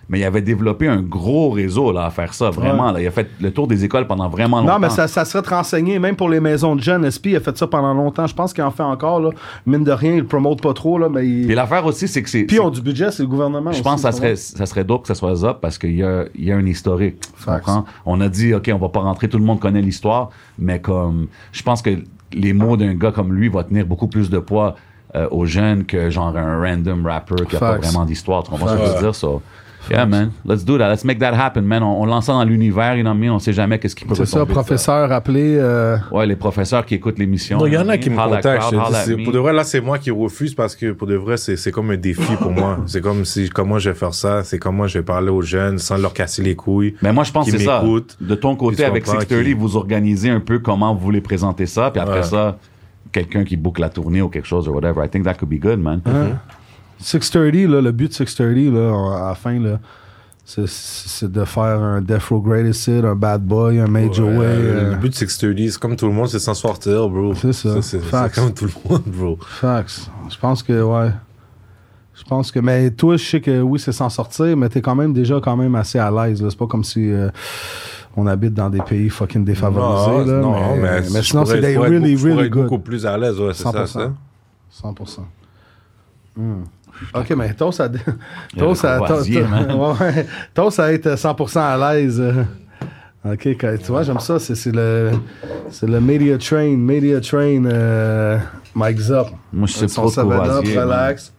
mais il avait développé un gros réseau là, à faire ça, vraiment. Là. Il a fait le tour des écoles pendant vraiment longtemps. Non, mais ça serait de renseigner, même pour les maisons de jeunes. SP a fait ça pendant longtemps. Je pense qu'il en fait encore. Là. Mine de rien, il le promote pas trop. Là, mais Puis l'affaire aussi, c'est que c'est... Puis ils ont du budget, c'est le gouvernement. Je aussi, pense que ça serait dope que ça soit Zop parce qu'il y a un historique. Tu comprends? On a dit, OK, on va pas rentrer, tout le monde connaît l'histoire, mais comme je pense que les mots d'un gars comme lui vont tenir beaucoup plus de poids aux jeunes que genre un random rapper qui a pas vraiment d'histoire. Tu comprends ce que je veux dire? So, yeah, man. Let's do that. Let's make that happen, man. On lance ça dans l'univers, you know what I mean? On sait jamais qu'est-ce qui peut c'est ça, professeur appelé. Ouais, les professeurs qui écoutent l'émission. Il y en a qui me contactent. Pour Pour de vrai, là, c'est moi qui refuse parce que pour de vrai, c'est comme un défi pour moi. C'est comme si, comment je vais faire ça? C'est comment je vais parler aux jeunes sans leur casser les couilles. Mais moi, je pense que c'est ça. De ton côté, avec comprends 630, vous organisez un peu comment vous voulez présenter ça, puis après ça, quelqu'un qui boucle la tournée ou quelque chose ou whatever. I think that could be good, man. 630, là, le but de 630, là, à la fin, là, c'est de faire un Death Row Greatest Hit, un Bad Boy, un Major Way. Le but de 630, c'est comme tout le monde, c'est s'en sortir, bro. C'est ça. C'est comme tout le monde, bro. Facts. Je pense que, ouais. Je pense que, mais toi, je sais que oui, c'est s'en sortir, mais t'es quand même déjà assez à l'aise. Là. C'est pas comme si on habite dans des pays fucking défavorisés. Non, là, mais sinon, c'est des really, really good. beaucoup plus à l'aise, ouais, c'est 100%. ça. 100%. OK, mais Toast à être 100% à l'aise. OK, tu vois, j'aime ça. C'est le Media Train, Mike Zop. Moi, je sais trop de Courvoisier. Relax.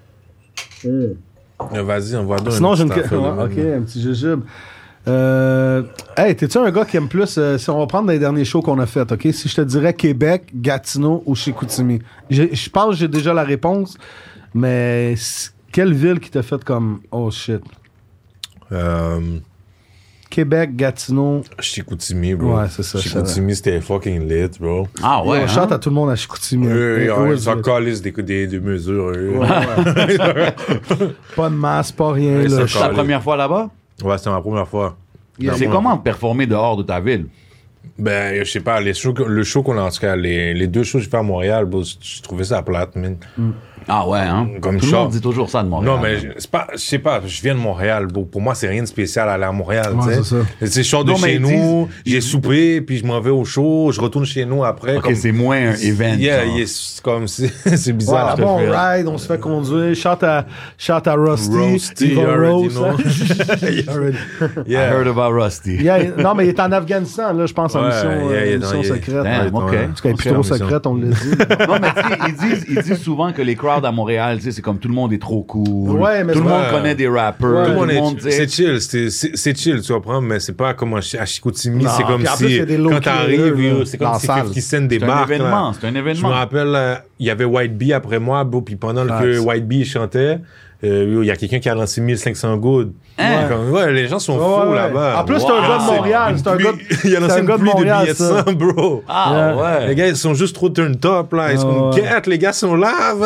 Vas-y, on va donner. Sinon, j'ai une question. OK, un petit jujube. Hey, t'es-tu un gars qui aime plus... si on va prendre les derniers shows qu'on a fait, OK? Si je te dirais Québec, Gatineau ou Chicoutimi. Je pense que j'ai déjà la réponse, mais quelle ville qui t'a fait comme... Oh, shit. Québec, Gatineau... Chicoutimi, bro. Ouais, c'est ça. Chicoutimi, c'était fucking lit, bro. Ah ouais, on chante à tout le monde à Chicoutimi. Ils s'en calissent des mesures. Pas de masse, pas rien. Ouais, là. C'est ta première fois là-bas? Ouais, c'était ma première fois. C'est comment de performer dehors de ta ville? Ben, je sais pas, le show qu'on a, en tout cas, les deux shows que j'ai fait à Montréal, bro, je trouvais ça plate, man. Ah ouais, hein? Comme tout le monde dit toujours ça de Montréal. Non, mais c'est pas, je sais pas, je viens de Montréal, bro. Pour moi, c'est rien de spécial aller à Montréal, ouais, tu sais. Je sors de chez nous, j'ai soupé, puis je m'en vais au show, je retourne chez nous après. Ok, comme, c'est moins un event. C'est comme, c'est bizarre. Ouais, bon ride, on se fait conduire, chante à Rusty. You already know. I heard about Rusty. Non, mais il est en Afghanistan, là, je pense, en mission secrète. Damn, ok. Parce qu'elle est plus trop secrète, on l'a dit. Non, mais ils disent souvent que les crowds à Montréal, tu sais, c'est comme tout le monde est trop cool. Ouais, mais tout le monde connaît des rappers. Tout le monde c'est chill, c'est chill, tu comprends, mais c'est pas comme à Chicoutimi, c'est comme si quand t'arrives, c'est comme si 50 Cent débarque. C'est un événement. Je me rappelle, il y avait White Bee après moi, puis pendant que White Bee chantait, il y a quelqu'un qui a lancé 1500 good. Ouais, les gens sont fous là-bas. En plus, c'est un gars de Montréal. Il a lancé une pluie de billets de sang, bro. Ah ouais. Les gars, ils sont juste trop turn top, là. Ils sont quêtes, les gars sont là.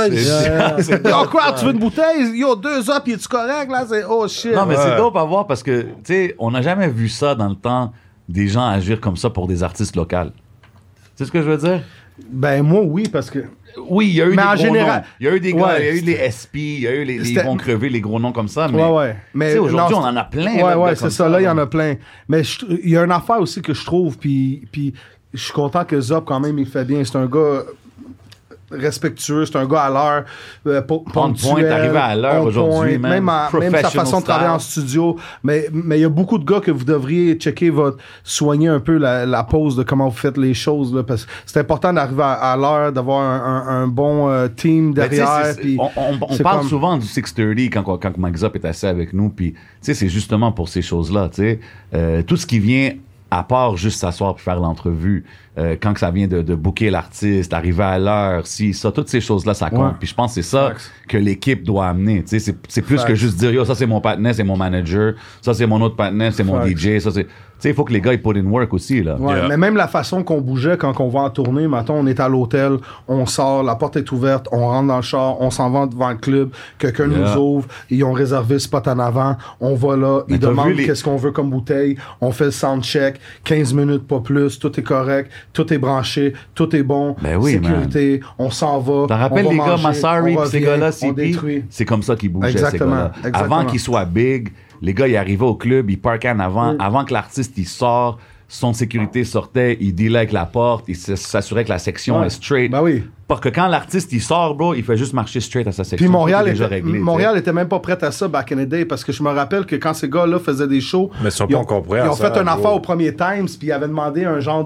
Yo, quoi, tu veux une bouteille? Yo, 2 up, es-tu correct, là? C'est oh shit. Non, mais c'est dope à voir parce que, tu sais, on n'a jamais vu ça dans le temps, des gens agir comme ça pour des artistes locaux. Tu sais ce que je veux dire? Ben, moi, oui, parce que... Oui, il y a eu mais des en gros général, noms. Il y a eu des gars, il y a eu les SP, il y a eu les ils vont crever, les gros noms comme ça. Mais, mais aujourd'hui, on en a plein. Ouais, c'est ça. Là, il y en a plein. Mais il y a une affaire aussi que je trouve, puis je suis content que Zop, quand même, il fait bien. C'est un gars respectueux, c'est un gars à l'heure, ponctuel, arrivé à l'heure aujourd'hui, même sa façon de travailler en studio, mais il y a beaucoup de gars que vous devriez checker soigner un peu la pause de comment vous faites les choses, là, parce que c'est important d'arriver à l'heure, d'avoir un bon team derrière. On parle souvent du 630 quand Mike Zop est assis avec nous, puis c'est justement pour ces choses-là, tout ce qui vient à part juste s'asseoir et faire l'entrevue, quand que ça vient de booker l'artiste, arriver à l'heure, toutes ces choses-là, ça compte. Puis je pense que c'est ça que l'équipe doit amener. C'est plus que juste dire, yo, ça c'est mon partenaire, c'est mon manager, ça c'est mon autre partenaire, c'est mon DJ, ça c'est... il faut que les gars ils put in work aussi, là. Ouais, mais même la façon qu'on bougeait quand on va en tournée, mettons, on est à l'hôtel, on sort, la porte est ouverte, on rentre dans le char, on s'en va devant le club, quelqu'un nous ouvre, ils ont réservé le spot en avant, on va là, ils demandent qu'est-ce qu'on veut comme bouteille, on fait le soundcheck, 15 minutes, pas plus, tout est correct, tout est branché, tout est bon, sécurité, on s'en va. T'en rappelles les gars, Massari pis ces gars-là, on détruit. c'est comme ça qu'ils bougeaient, ces gars-là. Avant qu'ils soient big, Les gars, ils arrivaient au club, ils parkaient en avant. Avant que l'artiste, il sort, son sécurité sortait, il dealait avec la porte, il s'assurait que la section est straight. Ben oui. Parce que quand l'artiste, il sort, bro, il fait juste marcher straight à sa section. Puis Montréal, Tout est déjà réglé, Montréal était même pas prêt à ça back in the day parce que je me rappelle que quand ces gars-là faisaient des shows, Mais ils sont pas encore prêts à ils ont ça, fait un bro. affaire au premier Times puis ils avaient demandé un genre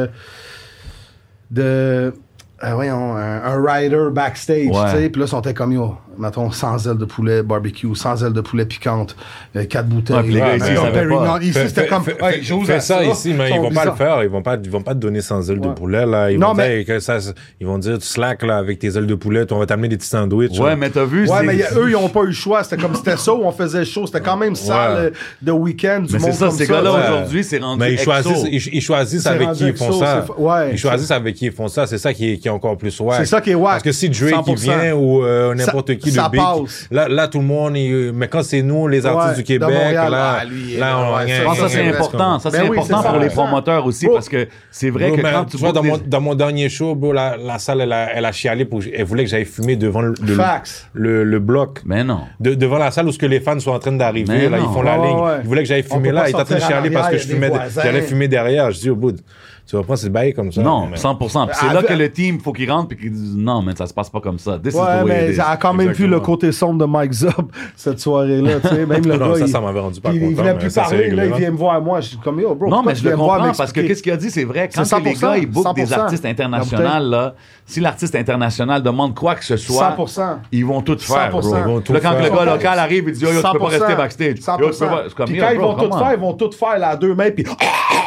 voyons, un rider backstage, Ouais. tu sais, puis là, ils sont comme, yo, mettons, 100 ailes de poulet barbecue, 100 ailes de poulet piquante, 4 bouteilles. Ouais, puis les gars, ici, ils savaient pas. Ici, c'était comme, hey, j'ose Fais à ça ici, mais ils sont vont pas le bizarres. faire. Ils vont pas te donner 100 ailes de poulet, là. Ils Non, vont mais- dire que ça, ils vont dire, tu slack, là, avec tes ailes de poulet, on va t'amener des petits sandwichs. Ouais, là. mais t'as vu, Ouais, c'est- mais eux, ils ont pas eu le choix. C'était comme, c'était ça où on faisait chaud. C'était quand même ça, Ouais. de week-end, du Mais monde c'est ça, comme ces ça. gars-là, Ouais. aujourd'hui, c'est rendu Mais ils exo. choisissent C'est avec rendu qui ils font exo, ça. ouais, Ils choisissent avec qui ils font ça. C'est ça qui est encore plus wack. C'est ça qui est wack. Parce que si Drake qui 100%. vient ou n'importe qui ça de big, passe. là, tout le monde, mais quand c'est nous, les artistes Ouais, du de Québec, Montréal, là, lui, là, on ouais, rien. ça, Je pense que ça, c'est Ouais, important. Ça, c'est Ben oui, important c'est pour ça. les promoteurs aussi, Bro. parce que c'est vrai Bro, que mais quand tu vois, bookes des- dans mon dernier show, bro, la salle, elle a chialé elle voulait que j'aille fumer devant Facts. le bloc. Mais non. Devant la salle où ce que les fans sont en train d'arriver, Mais là, non. ils font la Ouais, ligne. ouais. Ils voulaient que j'aille On fumer peut là. pas Ils étaient en train de sortir en chialer parce que arrière, il y a des voisins. j'allais fumer derrière. Je dis au bout, tu vas prendre ces bails comme ça. Non, mais- 100%. Puis c'est là que le team, faut qu'il rentre puis qu'il dise non, mais ça se passe pas comme ça. This is Ouais, the way mais it is. ça a quand même vu Exactement. le côté sombre de Mike Zub cette soirée-là, tu sais. Même le Non, gars, ça m'avait rendu pas il content, venait mais plus ça, c'est parler, là, réglé, il hein. vient me voir moi, je suis comme yo, bro. Non, pourquoi mais je tu le viens me voir comprends parce que m'expliquer? qu'est-ce qu'il a dit, c'est vrai. Quand C'est que les 100%, gars ils bookent des 100%. artistes internationaux, là, si l'artiste international demande quoi que ce soit, 100%. ils vont tout faire, 100%. bro. Ils vont tout Là, quand faire. le gars local arrive, il dit, yo, tu peux pas rester backstage. 100%. Yo, tu peux pas. C'est comme, Puis yo, quand ils bro, vont tout comment? faire, ils vont tout faire là à deux mains, puis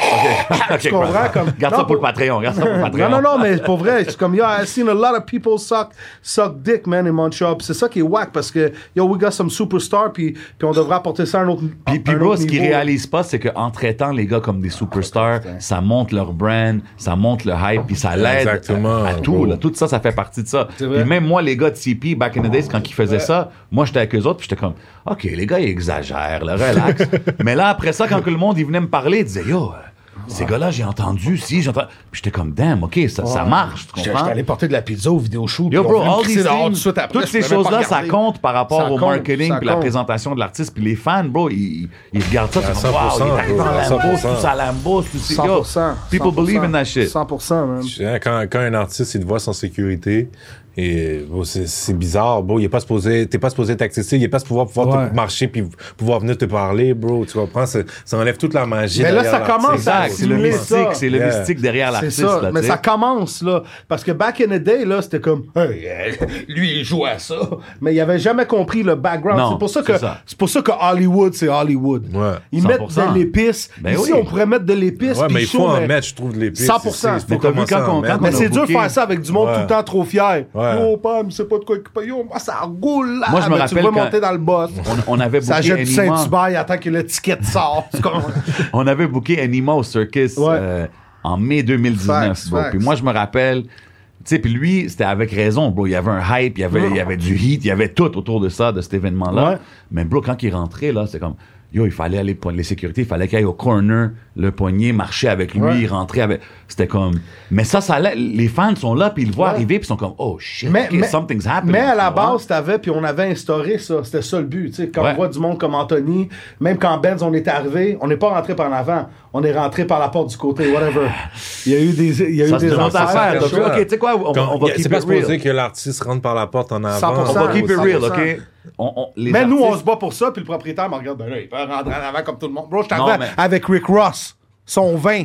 Ok, tu comprends, bro. comme- Garde Non, ça pour le pour- Patreon, garde ça pour le Patreon. Non, mais pour vrai, c'est comme, yo, I've seen a lot of people suck dick, man, in Montreal. Puis c'est ça qui est whack, parce que, yo, we got some superstars, puis on devrait apporter ça à un autre Puis un bro, autre ce qu'ils niveau. réalisent pas, c'est qu'en traitant les gars comme des superstars, ça monte leur brand, ça monte le hype, puis ça l'aide Exactement, à tout. bro. Là. Tout ça, ça fait partie de ça. vrai. Puis même moi, les gars de CP, back in the days, quand ils faisaient ça, moi, j'étais avec eux autres, puis j'étais comme, OK, les gars, ils exagèrent, là, relax. Mais là, après ça, quand que le monde, il venait me parler, il disait, yo, ces gars-là, j'ai entendu, j'entends. Puis j'étais comme, damn, OK, ça marche, tu J'étais comprends? allé porter de la pizza au vidéo shoot. Yo, puis bro, on voulait me all crisser these dehors tout de things, suite après, toutes je ces pouvais même pas choses-là, ça regarder. compte par rapport Ça au compte, marketing ça puis la compte. présentation de l'artiste. Puis les fans, bro, ils regardent ça, À c'est comme, wow, 100%, il est arrivé dans bro, à la Lambo, 100%. tout ça Lambo, tout ça. Yo, 100%. people believe in that shit. 100%, man. Quand un artiste, il te voit sans sécurité, et bon, c'est bizarre, bro. T'es pas supposé être accessible, il est pas supposé pouvoir Ouais. te marcher puis pouvoir venir te parler, bro. Tu comprends? Ça enlève toute la magie. Mais là, derrière ça l'artiste. commence à Exact, c'est le stimuler mystique, ça. c'est le Yeah. mystique derrière C'est l'artiste. ça, là, mais tu sais. ça commence, là. Parce que back in the day, là, c'était comme, hey, lui, il joue à ça. Mais il avait jamais compris le background. Non, c'est pour ça c'est que, ça. c'est pour ça que Hollywood, c'est Hollywood. Ouais. Ils 100%. mettent de l'épice. Ben Ici, oui. on pourrait mettre de l'épice. Ouais, puis mais il chaud, faut en mais- mettre, je trouve, de l'épice. 100%. Il faut Mais t'as vu commencer à quand en on- mettre. quand Mais on c'est a dur de booké- faire ça avec du monde Ouais. tout le temps trop fier. Ouais. Yo, Pam, c'est pas de quoi. Yo, moi, ça roule là. Moi, je me Mais tu rappelle veux quand- monter dans le boss. On avait Ça booké jette du Anima. Saint-Hubert, il attend que l'étiquette sort. C'est comme- On avait booké Anima au Circus Ouais. en mai 2019, Facts, bro. facts. Puis moi, je me rappelle, tu sais, puis lui, c'était avec raison, bro. Il y avait un hype, il y avait du heat, il y avait tout autour de ça, de cet événement-là. Ouais. Mais bro, quand il rentrait, là, c'est comme, yo, il fallait aller les sécurités, il fallait qu'il aille au corner, le poignet, marcher avec lui, Ouais. il rentrait avec. C'était comme. Mais ça les fans sont là, puis ils le voient Ouais. arriver, puis ils sont comme, oh shit, ok, something's happening. mais à la Tu vois? base, t'avais, puis on avait instauré ça. C'était ça le but. Tu sais, quand Ouais. on voit du monde comme Anthony, même quand Benz, on est arrivé, on n'est pas rentré par l'avant. On est rentré par la porte du côté, whatever. Il y a eu des, Ça, c'est une autre affaire. ça, Donc, ça. ok, tu sais quoi, on va C'est keep pas it real. supposé que l'artiste rentre par la porte en avant. 100%. On va keep it real, 100%. ok? Les Mais nous, on artistes- se bat pour ça, puis le propriétaire me regarde, ben là, il peut rentrer en avant comme tout le monde. Bro, je Non, t'arrive mais- avec Rick Ross, son vin.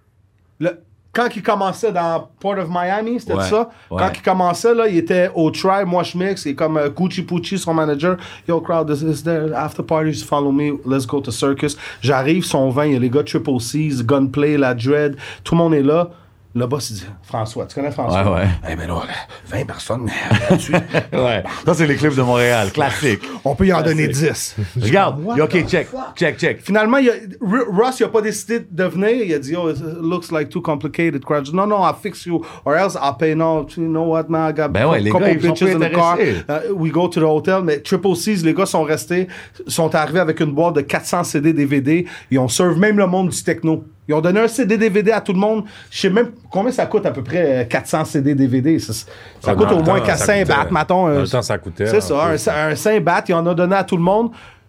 Quand il commençait dans Port of Miami, c'était Ouais, ça. ouais. Quand il commençait, là, il était au Tribe, moi je mix, et comme Gucci Pucci, son manager, yo crowd, this is there, after party, just follow me, let's go to circus. J'arrive, son vin, il y a les gars de Triple C's, Gunplay, la Dread, tout le monde est là. Le boss, il dit, François, tu connais François? Ouais, ouais. Eh ben là, 20 personnes là-dessus. Ouais. Ça, c'est les clips de Montréal. Classique. On peut y en donner 10. Regarde. What OK, the check. fuck? Check. Finalement, Ross, il a pas décidé de venir. Il a dit, oh, it looks like too complicated. Crowd. No, I'll fix you. Or else I'll pay. No, you know what, man? I got Ben ouais, a les couple gars, ils sont bitches pas in the car. intéressés. We go to the hotel. Mais Triple C's, les gars sont restés, sont arrivés avec une boîte de 400 CD DVD. Ils ont servi même le monde du techno. Ils ont donné un CD DVD à tout le monde. Je sais même combien ça coûte à peu près 400 CD DVD. Ça coûte Dans au le moins temps, 400 ça coûtait. bahts, mettons. Dans le temps, ça coûtait. C'est ça, un 5 bahts. Il en a donné à tout le monde.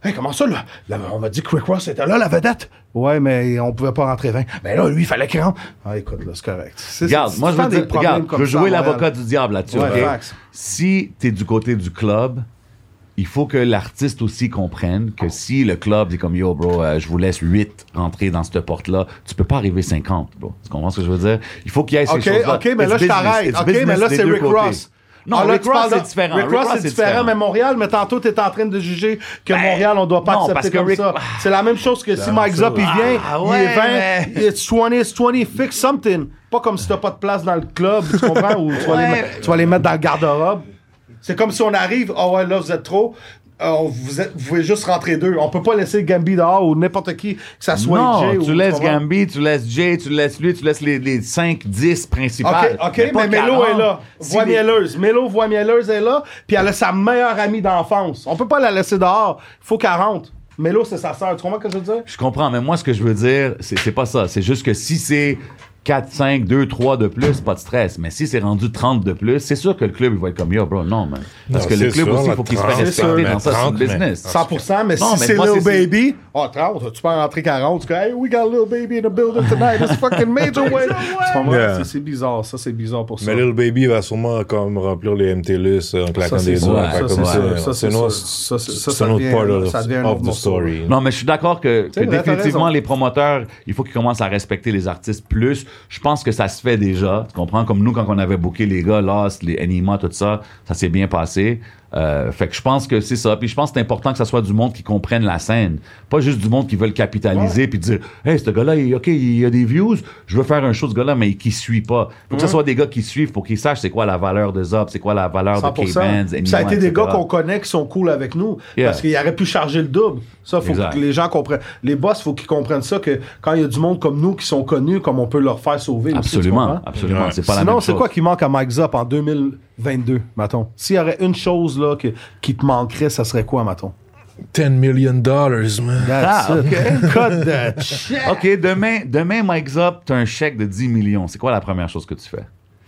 Hey, comment ça, là? On m'a dit que Rick Ross était là, la vedette. Ouais, mais on pouvait pas rentrer 20. Mais là, lui, il fallait qu'il rentre. Ah, écoute, là, c'est correct. Regarde, moi, je veux jouer l'avocat du diable là-dessus. Ouais, OK? facts. Si t'es du côté du club, il faut que l'artiste aussi comprenne que si le club dit comme yo, bro, je vous laisse 8 rentrer dans cette porte-là, tu peux pas arriver 50, bro. Tu comprends ce que je veux dire? Il faut qu'il y ait ces choses-là. OK, mais là, je t'arrête. OK, mais là, c'est Rick Ross. Non, là, Rick Ross, c'est différent. Rick Ross, c'est différent, mais Montréal, mais tantôt, t'es en train de juger que Montréal, on doit pas non, accepter parce que comme ça. C'est la même chose que si Mike Zop, il vient, il est 20, it's 20, fix something. Pas comme si t'as pas de place dans le club, tu comprends? Ou tu vas les mettre dans le garde-robe. C'est comme si on arrive, ouais, là, vous êtes trop. Vous pouvez juste rentrer 2. On peut pas laisser Gambi dehors ou n'importe qui, que ça soit Jay. Non, tu laisses Gambi, tu laisses Jay, tu laisses lui, tu laisses les 5, 10 principales. OK, mais Mélo est là. Voix mielleuse. Mélo, voix mielleuse est là, puis elle a sa meilleure amie d'enfance. On peut pas la laisser dehors. Il faut qu'elle rentre. Mélo, c'est sa sœur. Tu comprends ce que je veux dire? Je comprends, mais moi, ce que je veux dire, c'est pas ça. C'est juste que si c'est 4, 5, 2, 3 de plus, pas de stress. Mais si c'est rendu 30 de plus, c'est sûr que le club, il va être comme yo, bro. Non, man. Parce que le club aussi, il faut qu'il se fait respecter dans ça, c'est une business. 100%, mais non, si c'est Lil Baby, 30, tu peux rentrer 40, tu dis, hey, we got Lil Baby in the building tonight, it's fucking major way. C'est bizarre, ça, c'est bizarre pour ça. Mais Lil Baby va sûrement comme remplir les MTLUS en claquant des doigts. C'est un autre part of the story. Non, mais je suis d'accord que définitivement, les promoteurs, il faut qu'ils commencent à respecter les artistes plus. Je pense que ça se fait déjà. Tu comprends? Comme nous, quand on avait booké les gars, Lost, les Anima, tout ça, ça s'est bien passé. Fait que je pense que c'est ça. Puis je pense que c'est important que ça soit du monde qui comprenne la scène. Pas juste du monde qui veut le capitaliser puis dire « Hey, ce gars-là, il a des views, je veux faire un show de ce gars-là, mais qui suit pas. » Faut que ce soit des gars qui suivent pour qu'ils sachent c'est quoi la valeur de Zop, c'est quoi la valeur 100%. De K-Benz, ça a été des gars qu'on connaît qui sont cool avec nous. Parce qu'ils auraient pu charger le double. Ça, faut que les gens comprennent. Les boss, il faut qu'ils comprennent ça, que quand il y a du monde comme nous qui sont connus, comme on peut leur faire sauver. Absolument, absolument. C'est pas la même chose. Sinon, c'est quoi qui manque à Mike Zop en 2022, mettons? S'il y aurait une chose là, qui te manquerait, ça serait quoi, mettons? $10 million, man. That's it. Cut that shit. OK, demain, Mike Zop, t'as un chèque de 10 millions. C'est quoi la première chose que tu fais?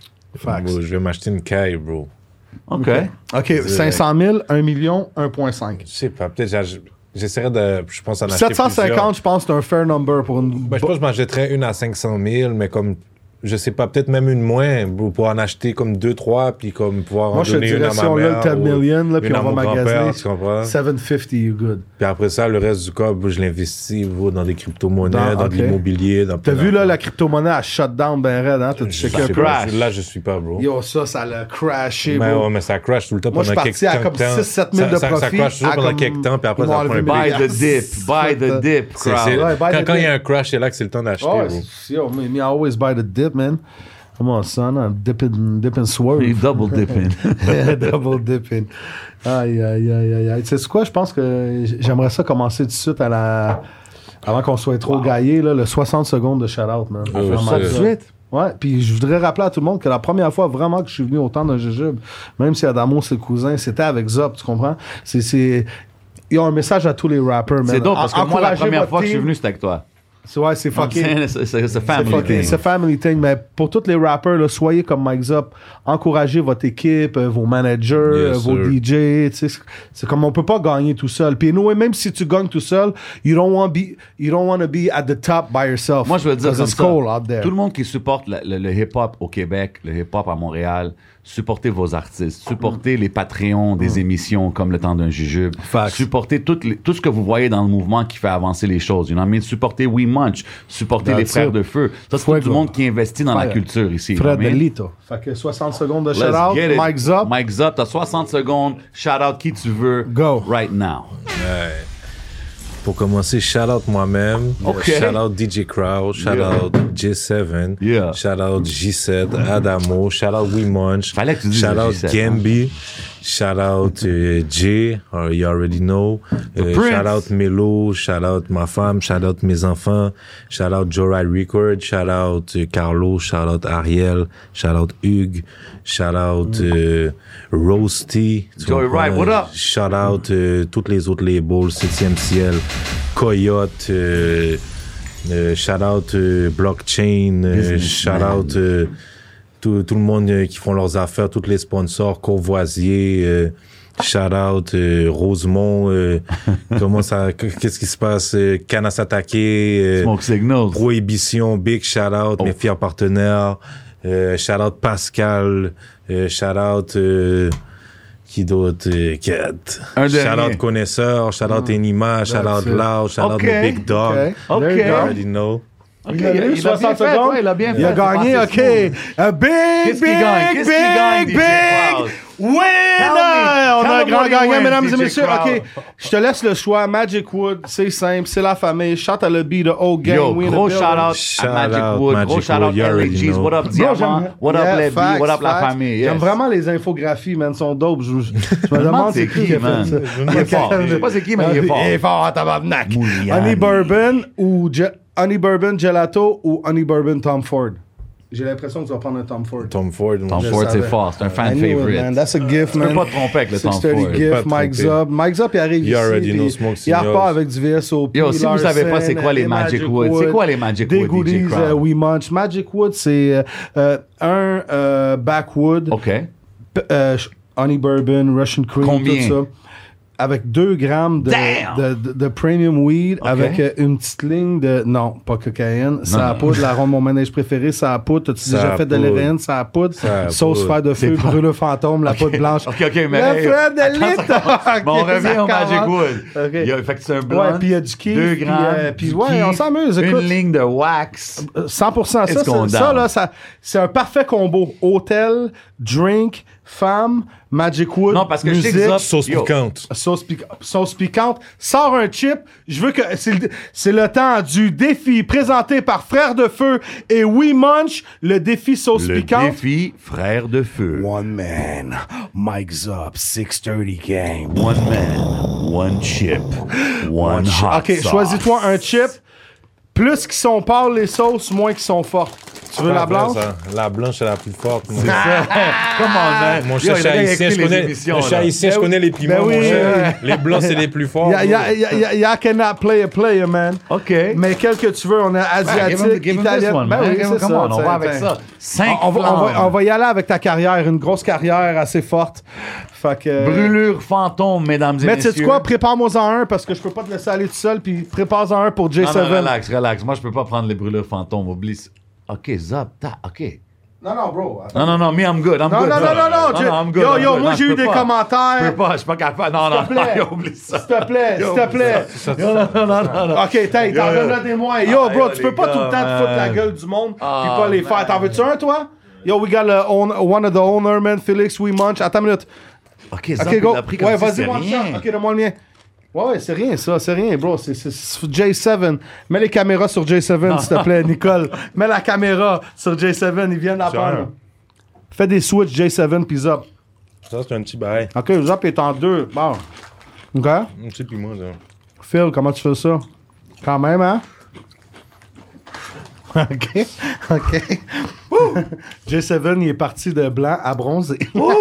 Bro, je vais m'acheter une caille, bro. OK. 500 000, 1 million, 1,5. Je sais pas, peut-être j'essaierais de, je pense, en acheter 750, plusieurs. je pense, c'est un fair number pour une... Ben, je pense que je m'en jetterais une à 500 000, mais comme... Je sais pas, peut-être même une moins, pour en acheter comme 2, 3, puis comme pouvoir en donner une à ma mère. Moi, je te dirais, si on a le 10 million, là, puis on va magasiner, 750, you good. Puis après ça, le reste du corps, je l'investis dans des crypto-monnaies, dans de l'immobilier. T'as vu, là, la crypto-monnaie a shut down ben raide, hein? T'as checké un crash. Là, je suis pas, bro. Yo, ça l'a crashé, bro. Ouais, mais ça crash tout le temps pendant quelques temps. Moi, je suis parti à comme 6-7 000 de profit. Ça crash toujours pendant quelques temps, puis après, ça prend un buy the dip, crowd. Quand il y a un crash, c'est là que c'est le temps d'acheter, bro. Yo, me always buy the dip, man. Come on, son, I'm dipping swerve. You double dipping. Double dipping. Aïe. Tu sais quoi, je pense que j'aimerais ça commencer tout de suite avant qu'on soit trop gaillé, là, le 60 secondes de shout-out, man. Ça de suite? Ouais, puis je voudrais rappeler à tout le monde que la première fois vraiment que je suis venu au temps d'un jujube, même si Adamo, c'est le cousin, c'était avec Zop, tu comprends? Il y a un message à tous les rappers, man. C'est dope, parce que moi, la première fois que je suis venu, c'était avec toi. Ouais, c'est fucking... C'est family thing. C'est family thing, mais pour tous les rappers, là, soyez comme Mike Zop, encouragez votre équipe, vos managers, vos DJ, tu sais, c'est comme on peut pas gagner tout seul. Puis nous, même si tu gagnes tout seul, you don't want to be at the top by yourself. Moi, je veux dire comme ça, cold out there. Tout le monde qui supporte le hip-hop au Québec, le hip-hop à Montréal, supportez vos artistes, supportez les Patreons des émissions comme Le Temps d'un Jujube, supportez tout ce que vous voyez dans le mouvement qui fait avancer les choses. You know what I mean? Supportez We Munch, supportez les Frères de Feu. Ça, c'est tout le monde qui investit dans la culture ici. Frère de Lito. Fait que 60 secondes de shout-out, Mike Zop. Mike Zop, t'as 60 secondes, shout-out qui tu veux. Go. Right now. Pour commencer, shout-out moi-même, shout-out DJ Crowd, shout-out J7, shout-out J7, Adamo, shout-out We Munch, shout-out Gambi, shout-out Jay, you already know, shout-out Melo, shout-out ma femme, shout-out mes enfants, shout-out Joyride Record, shout-out Carlo, shout-out Ariel, shout-out Hugues, shout-out Roasty, Joyride, what up? Shout-out toutes les autres labels, 7e Ciel, Coyote, shout-out Blockchain, shout-out tout le monde qui font leurs affaires, tous les sponsors, Courvoisier, shout out, Rosemont, comment ça, qu'est-ce qui se passe, Kanasatake, Smoke Signals. Prohibition, big shout out, mes fiers partenaires, shout out Pascal, shout out, qui d'autre, shout out Connaisseur, shout out Enima, shout out Loud, shout out the Big Dog. OK. You already know. Il a eu 60 fait, secondes. ouais, il a bien fait. Il a gagné, OK. A big, Qu'est-ce qu'il gagne? Qu'est-ce qu'il gagne, DJ Crowd? winner! On a un grand gagnant, mesdames et messieurs. OK, je te laisse le choix. Magic Wood, c'est simple, c'est la famille. Shout à le B de O Gang. Yo, we in gros the shout building. out à Magic Wood, gros shout out you already LAGs, know. what up Bro, Diamant, what up Yeah, les B, facts, what up la facts. famille. J'aime Yes. vraiment les infographies, man, sont dope. Je me demande c'est qui a fait man. ça. Il est fort. Je sais pas c'est qui, mais il est fort. Il est fort, tabarnak. Mouliani. Honey Bourbon ou Honey Bourbon Gelato ou Honey Bourbon Tom Ford? J'ai l'impression que tu vas prendre un Tom Ford. Tom Ford. Tom Je Ford, c'est savais. fort. C'est un I fan knew it, man. favorite. That's a gift, Tu man. peux pas te tromper avec le Tom 630 Ford. gift, Pas te Mike tromper. Zub. Mike Zub, il arrive You ici. already know puis Smoke il Signals. repart avec du VSOP. Yo, si vous savez pas Larsen, c'est quoi les Magic Wood, c'est quoi les Magic Des Wood, goodies, DJ Crowd? We Munch. Magic Wood, c'est un Backwood, OK. Honey Bourbon, Russian Cream, Combien? tout ça. Avec 2 grammes de premium weed, OK. avec une petite ligne de... Non, pas cocaïne. Ça a poudre, la ronde, mon manège préféré, ça a poudre. T'as-tu Ça déjà a fait de poudre. l'héroïne? Ça a poudre. Ça a Sauce poudre. fer de feu, brûleur fantôme, la poudre blanche. OK, mais... Le frère de Attends, litre! attends. Bon, on Ok, revient ça au Magic commence. Wood. OK. Il y a, fait que c'est un blunt. Ouais, puis il y a du kiff. 2 puis, grammes. puis du ouais, on kiff, s'amuse, écoute. Une ligne de wax. 100%. Ça, Est-ce qu'on ça, down? là, c'est un parfait combo. Hôtel, drink, femme, Magic Wood, Non, parce que je sais que musique, Zop- Sauce Yo. piquante. sauce piquante. Sors un chip. Je veux que... C'est le temps du défi présenté par Frère de Feu et We Munch. Le défi sauce Le piquante. défi Frère de Feu. One man, Mike Zop, 630 game. One man, one chip, one hot OK, sauce. choisis-toi un chip. Plus qu'ils sont pâles, les sauces, moins qu'ils sont fortes. Tu veux la blanche? Ça. La blanche, c'est la plus forte. Moi. Come on, man. Mon Yo, cher il a haïtien, écrit je connais, les émissions, mon cher là. haïtien, je connais les piments, Ben oui, mon cher. Les blancs, c'est les plus forts. Y'all cannot play a player, man. OK. Mais quel que tu veux, on a asiatique, Give him italien. this one, Ben man. oui, Give him- c'est come ça. on, on va avec t'sais. ça. 5 On va y aller avec ta carrière, une grosse carrière assez forte. Fait que... Brûlure fantôme, mesdames et Mais messieurs. tu sais quoi, prépare-moi-en un parce que je peux pas te laisser aller tout seul, puis prépare-en un pour J7. Non, relax. Moi, je peux pas prendre les brûlures fantômes. Oublie ça. OK, Zop, OK. Non, bro. attends. Non, me, I'm good. I'm Non, good. non, Zop. I'm good. Yo, moi, Non, j'ai je eu peux des pas. commentaires. Je peux pas, je suis pas capable. Non, S'il te plaît. oublie ça. S'il te plaît, Yo, s'il te plaît. Non. OK, t'en donnes des moins. Yo, bro, tu peux pas tout le temps te foutre la gueule du monde puis pas les faire. T'en veux-tu un, toi? Yo, we got one of the owner, man, Felix We Munch. Attends une minute. OK, Zop, OK, go. il a pris comme Ouais, si vas-y, c'était one rien. shot. OK, donne-moi le mien. Ouais, c'est rien, ça. C'est rien, bro. C'est J7. Mets les caméras sur J7, s'il te plaît, Nicole. Mets la caméra sur J7. Ils viennent la prendre. Fais des switch J7 puis Zop. Ça, c'est un petit bail. OK, Zop est en 2. Bon. OK. Un petit piment, ça. Phil, comment tu fais ça? Quand même, hein? OK. J7, il est parti de blanc à bronzé.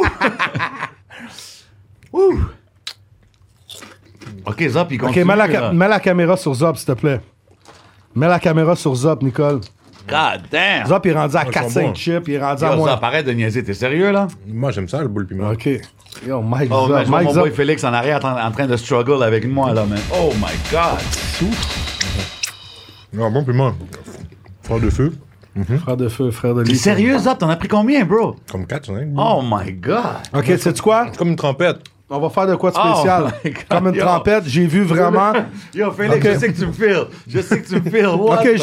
OK, Zop, il OK, continue. mets la caméra sur Zop, s'il te plaît. Mets la caméra sur Zop, Nicole. God damn. Zop, il est rendu à ils sont 4-5 bons. chips, il est rendu à Yo, moins. Zop, arrête de niaiser. T'es sérieux, là? Moi, j'aime ça, le boule piment. OK. Yo, Mike Oh, man, Zop. je vois Mike mon Zop. boy Félix en arrière en train de struggle avec moi, là, man. Oh my God. Non, bon piment. Frère de feu. Frère de feu, frère de T'es lit. sérieux, Zop? T'en as pris combien, bro? Comme 4, 5. Oh my God. OK, sais-tu quoi? Comme une trompette. On va faire de quoi de Oh spécial. my God, Comme une yo. trompette, j'ai vu vraiment... Yo, Félix, OK. je sais que tu me files. Je sais que tu me files. What OK, the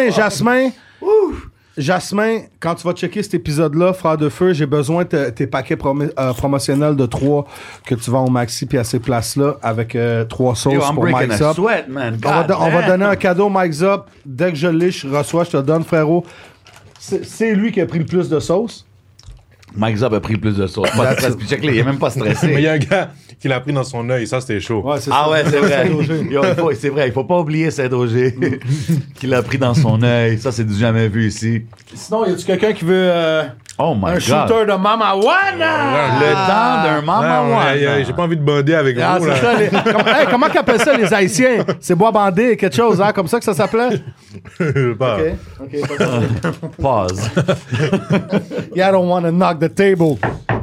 Jasmin, quand tu vas checker cet épisode-là, Frère de Feu, j'ai besoin de tes paquets promotionnels de 3 que tu vends au Maxi puis à ces places-là avec 3 sauces Yo, I'm pour breaking Mike a Zop. sweat, man. On va donner un cadeau Mike Zop. Dès que je l'ai, je reçois, je te donne, frérot. C'est lui qui a pris le plus de sauce. Mike Zop a pris plus de sauce. Pas de stress. Puis check-le, il est même pas Mais il y stressé. a un gars qui l'a pris dans son œil. Ça, c'était chaud. Ouais, c'est Ah ça. ouais, c'est vrai. Yo, c'est vrai, il faut pas oublier Cédrogé qu'il a pris dans son œil. Ça, c'est du jamais vu ici. Sinon, y a-tu quelqu'un qui veut... Oh my Un God. shooter de Mama Wana! Le temps d'un Mama Wana. J'ai pas envie de bander avec Ah, vous, c'est là. ça, comment qu'ils appellent ça, les Haïtiens? C'est bois bandé, quelque chose, hein? Comme ça que ça s'appelait? Pas. OK, pas ça. Pause. Yeah, I don't want to knock the table.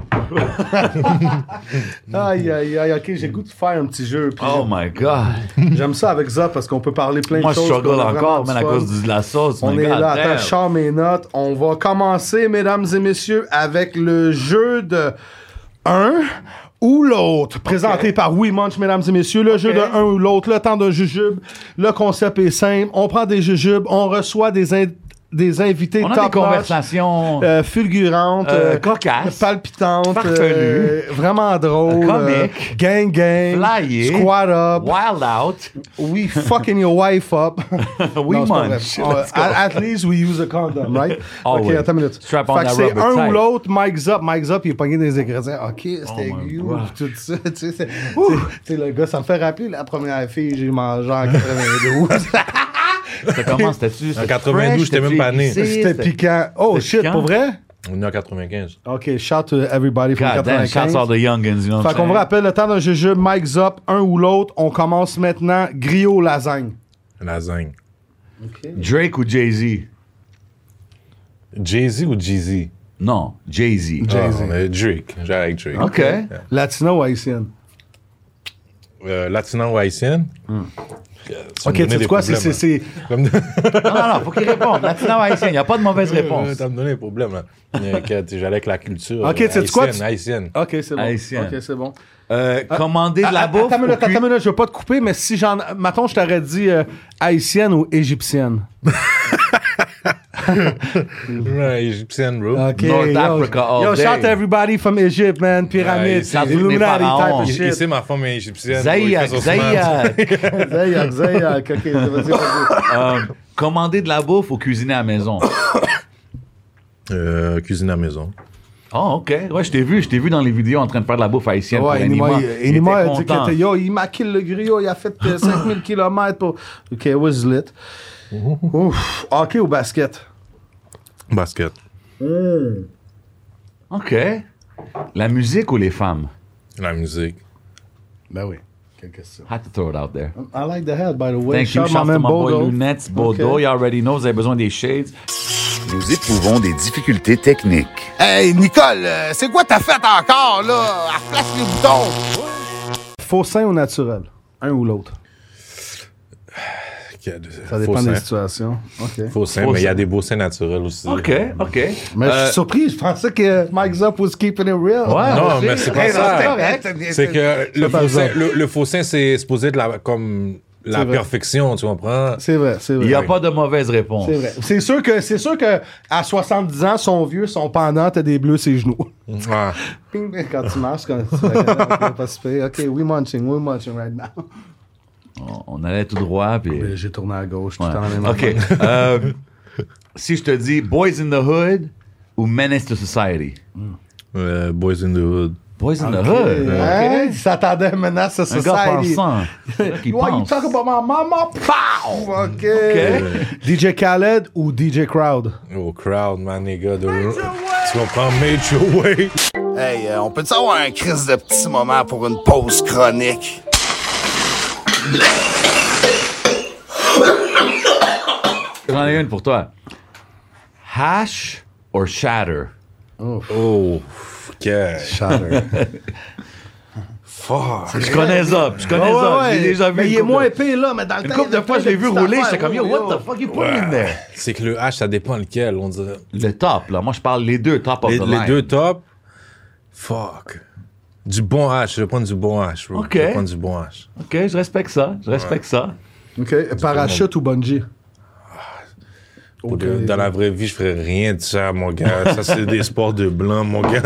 Aïe, aïe, aïe. OK, j'ai goût de faire un petit jeu. Puis Oh my God. j'aime ça avec ça parce qu'on peut parler plein Moi, de je choses. struggle puis on a encore, vraiment man, à du fun. cause de la sauce. On my est God là, damn. attends, je sors mes notes. On va commencer, mesdames et messieurs, avec le jeu de 1 ou l'autre. Présenté par We Munch, mesdames et messieurs. Le jeu de 1 ou l'autre, le temps d'un jujube. Le concept est simple. On prend des jujubes, on reçoit des invités On a top des notch, conversations fulgurantes, cocasses, palpitantes, farfelues, vraiment drôles, comiques, gang, flyées, squat up, wild out. we fucking your wife up. We Non, c'est pas munch. vrai. At least we use a condom, right? Always. OK, attends une minute. Strap on Fait que that c'est rubber un tight. ou l'autre, Mike's up, il est pogné dans les ingrédients. OK, c'était my you, God. tout ça. Tu sais, le gars, ça me fait rappeler la première fille que j'ai mangée en 92. C'était comment? C'était-tu? En 92, j'étais même pas né. C'était piquant. Oh, C'était shit, piquant? pour vrai? On est en 95. OK, shout to everybody from God damn, 95. shots all the youngins, you know Fait what qu'on I'm vous saying? rappelle le temps d'un jeu, Mike's up, un ou l'autre. On commence maintenant, griot lasagne. Lasagne. Drake ou Jay-Z? Jay-Z ou Jeezy? Non, Jay-Z. Ah, on a Drake. J'ai avec Drake. OK. Latino ou haïtienne? Latino ou haïtienne? OK, tu sais quoi? C'est... Comme... Non, faut qu'il réponde. Latino ou haïtien, il n'y a pas de mauvaise réponse. T'as me donné un problème, là. J'allais avec la culture. OK, tu sais quoi? Haïtienne. OK, c'est bon. Haïtienne. OK, c'est bon. Commander de la bouffe. Attends une minute, je veux pas te couper, mais si mettons, je t'aurais dit haïtienne ou égyptienne. Ouais, égyptienne, bro. OK. North Africa all yo, day. shout to everybody from Egypt, man. Pyramide, Ouais, tous les Illuminati pharaons. type of shit. Ici, ma femme est égyptienne. Zayak, Zayak. Zayak. OK, vas-y. Commander de la bouffe ou cuisiner à la maison? Cuisine à la maison. Oh, OK. Ouais, je t'ai vu dans les vidéos en train de faire de la bouffe haïtienne pour Ouais, Enima. Enima a dit J'étais content. que il maquille le griot, il a fait 5000 km pour... OK, it was lit. Ouf. Hockey ou basket? Basket. OK. La musique ou les femmes? La musique. Ben oui. Quelle question. Had to throw it out there. I like the head, by the way. Thank you. Shout Shout my man to my boy Bodo. Lunettes, Bodo. OK. You already know, vous avez besoin des shades. Nous éprouvons des difficultés techniques. Hey, Nicole, c'est quoi t'as fait encore, là? Replace les boutons. Faux sein ou naturel? Un ou l'autre? Ça dépend des situations. OK. Faux sein, mais il y a des beaux seins naturels aussi. OK. Mais je suis surpris. Je pensais que Mike's Up was keeping it real. Ouais. Non, mais c'est pas Hey, non, ça. c'est correct. C'est que le pas faux sein, ça. le faux sein, c'est supposé être comme la C'est vrai. perfection, tu comprends? C'est vrai. Il n'y a pas de mauvaise réponse. C'est vrai. C'est sûr que à 70 ans, son vieux, son pendant, t'as des bleus ses genoux. Ah. Ping, quand tu marches, quand tu OK, pas super. OK, we munching right now. On allait tout droit, puis... J'ai tourné à gauche, tout Ouais. le temps la même OK. affaire. Si je te dis Boys in the Hood ou Menace to Society? Boys in the Hood. Boys in the Hood. Hein? Il s'attendait à Menace to Un gars Society. pensant. C'est vrai qu'il Why you pense. talk about my mama? Pow! OK. DJ Khaled ou DJ Crowd? Oh, crowd, man, les gars. Tu comprends? Major Way. Hey, on peut-tu avoir un crise de petit moment pour une pause chronique? J'en ai une pour toi. Hash or shatter? Oh, yeah. Shatter. Fuck. Je connais ça. Je connais ça. J'ai déjà vu. Mais une il est couple moins de- épais, là, mais dans le Une temps, couple il y de a fois, je l'ai vu plein de rouler. petites J'étais comme, yo, affaires, what the fuck you putting in there? C'est que le H, ça dépend lequel, on dirait. Le top, là. Moi, je parle les deux top of Les the line. deux tops. Fuck. Du bon H, je vais prendre du bon H, bro. Ok. Je vais prendre du bon H. OK, je respecte ça. Je respecte ça. OK. Parachute ou bungee? Dans la vraie vie, je ferais rien de ça, mon gars. Ça, c'est des sports de blanc, mon gars.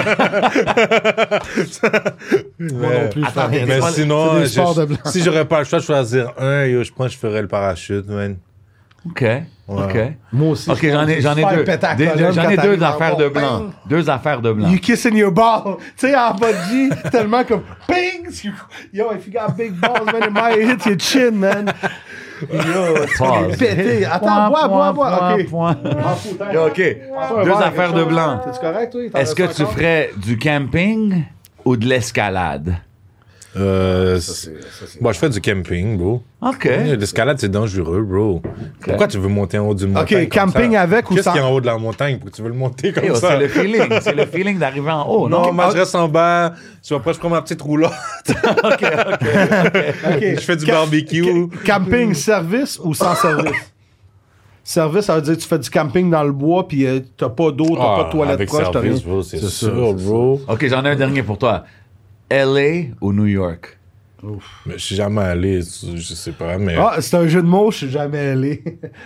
Moi non plus, je fais rien. Mais sinon, c'est des sports de blanc. si j'aurais pas le choix de choisir un, yo, je pense que je ferais le parachute, man. OK. OK. Moi aussi. OK, j'en ai deux. J'en ai deux affaires de blanc. Deux affaires de blanc. You kissing your ball. Tu sais, en bungee, tellement comme ping. Yo, if you got big balls, man, it might hit your chin, man. Pause. Pété. Attends, bois. OK. Yo, OK. Deux affaires de blanc. T'es-tu correct, toi? Est-ce que tu ferais du camping ou de l'escalade? Moi, je fais du camping, bro. OK. L'escalade, c'est dangereux, bro. Pourquoi tu veux monter en haut d'une montagne? OK, camping avec ou sans? Qu'est-ce qu'il y a en haut de la montagne? Pourquoi tu veux le monter comme ça? C'est le feeling. C'est le feeling d'arriver en haut, non? Non, moi, je reste en bas. Après, je prends ma petite roulotte. OK. Je fais du barbecue. Camping service ou sans service? Service, ça veut dire que tu fais du camping dans le bois puis t'as pas d'eau, t'as pas de toilette proche, t'as rien. Bro, c'est sûr, bro. OK, j'en ai un dernier pour toi. LA ou New York? Mais je suis jamais allé, je sais pas, mais... Ah, c'est un jeu de mots, je suis jamais allé.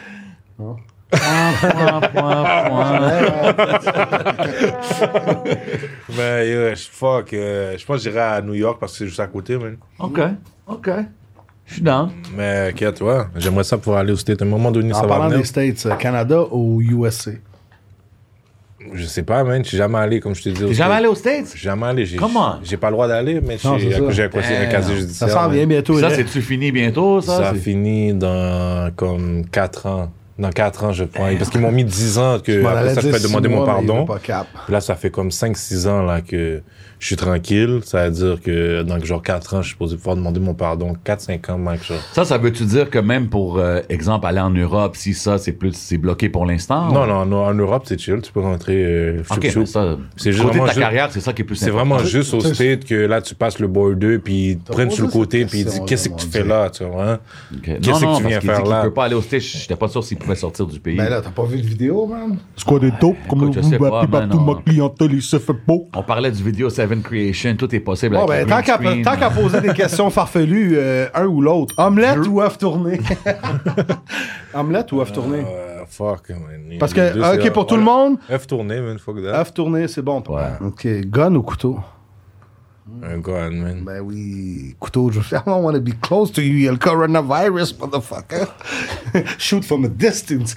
Mais fuck, je pense que j'irai à New York parce que c'est juste à côté, man. OK. Je suis down. Mais qu'à toi, j'aimerais ça pouvoir aller aux States. À un moment donné, ça va En parlant venir. des States, Canada ou USA? Je sais pas, man. Je suis jamais allé, comme je te dis. T'es jamais allé aux States? Je suis jamais allé. Comment? J'ai pas le droit d'aller, mais Non, c'est ça. j'ai un casier judiciaire. Ça s'en vient bientôt. Ça, là. c'est-tu fini bientôt, ça? Ça finit dans comme 4 ans. Dans 4 ans, je crois. Parce qu'ils m'ont mis 10 ans que après ça, je peux demander mon pardon. Puis là, ça fait comme 5-6 ans là, que je suis tranquille. Ça veut dire que dans genre 4 ans, je suis supposé pouvoir demander mon pardon. 4-5 ans, max. Ça veut-tu dire que même pour, exemple, aller en Europe, si ça, c'est bloqué pour l'instant? Non, en Europe, c'est chill. Tu peux rentrer. OK, mais ça, c'est juste côté de ta carrière, c'est ça qui est plus C'est vraiment juste au State que là, tu passes le border, puis ils te prennent sur le côté, puis ils disent qu'est-ce que tu fais là, tu vois, hein? Qu'est-ce que tu viens faire là? Tu peux pas aller au State, j'étais pas sûr s'il pouvait sortir du pays. Ben là, t'as pas vu de vidéo, man? C'est quoi des taupes? Comme Écoute, je sais pas, man, tout ma clientèle, il se fait pas. On parlait du Video 7 Creation, tout est possible. Bon, avec ben, le green tant screen. qu'à poser des questions farfelues, un ou l'autre. Omelette ou œuf tourné? Omelette ou œuf tourné? Fuck, man. Parce que, OK, pour tout le monde, œuf tourné, man, fuck that. œuf tourné, c'est bon. Ouais. OK, gun ou couteau? Un gun, man. Ben oui, couteau, I don't want to be close to you, le coronavirus, motherfucker. Shoot from a distance.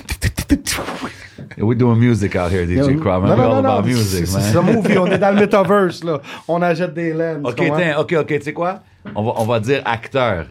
We're doing music out here, DJ Crowd. Man. We're all about music, man. C'est un movie, on est dans le metaverse, là. On achète des laines. OK, tu sais quoi? On va dire acteur.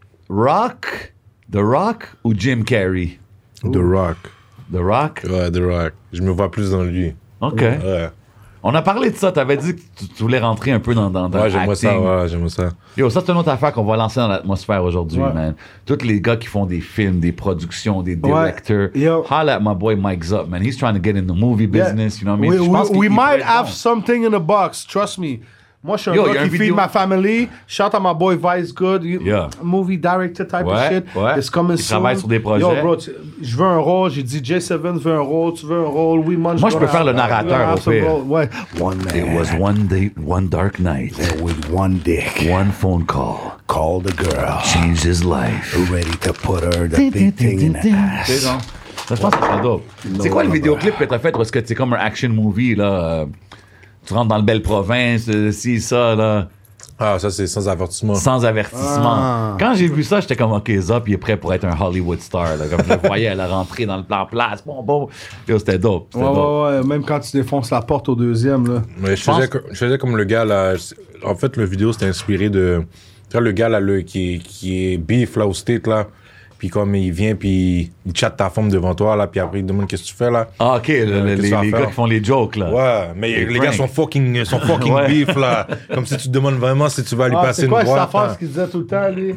The Rock ou Jim Carrey? The Rock. The Rock? Ouais, The Rock. Je me vois plus dans lui. OK. Ouais. On a parlé de ça. T'avais dit que tu voulais rentrer un peu dans Ouais, j'aimerais ça, ouais, j'aimerais ça. Yo, ça, c'est une autre affaire qu'on va lancer dans l'atmosphère aujourd'hui, man. Tous les gars qui font des films, des productions, des directeurs. Holla at my boy Mike Zup, man. He's trying to get in the movie business, you know what I mean? We might have something in the box, trust me. Moi, je suis un gars qui feed ma family. Shout out my boy Vice Good. Movie director type of shit. It's coming soon. Il travaille sur des projets. Yo, bro, je veux un rôle. J'ai dit J7 veut un rôle. Tu veux un rôle? Oui, moi, je peux faire le narrateur, au pire. Ouais. It was one day, one dark night. There was one dick. One phone call. Called a girl. Changed his life. Ready to put her the big thing in the ass. C'est ça. Je pense que c'est dope. C'est quoi le vidéoclip que t'as fait? Ou est-ce que c'est comme un action movie, là? Tu rentres dans le belle province, ci, ça, là. Ah, ça, c'est sans avertissement. Sans avertissement. Quand j'ai vu ça, j'étais comme, OK, Zop, il est prêt pour être un Hollywood star. Là. Comme je le voyais, elle a rentré dans le plan place. Bon. Yo, c'était dope. Ouais. Même quand tu défonces la porte au deuxième, là. Mais je faisais comme le gars, là. En fait, le vidéo, c'était inspiré de... Tu vois, le gars, là, qui est beef, là, au State, là. Puis comme il vient, puis il chatte ta femme devant toi, là, puis après il te demande qu'est-ce que tu fais, là. Ah, OK, les gars qui font les jokes, là. Ouais, mais les gars sont fucking beef, là. Comme si tu te demandes vraiment si tu vas lui passer une droite. C'est quoi cette affaire, ce qu'il disait tout le temps, lui?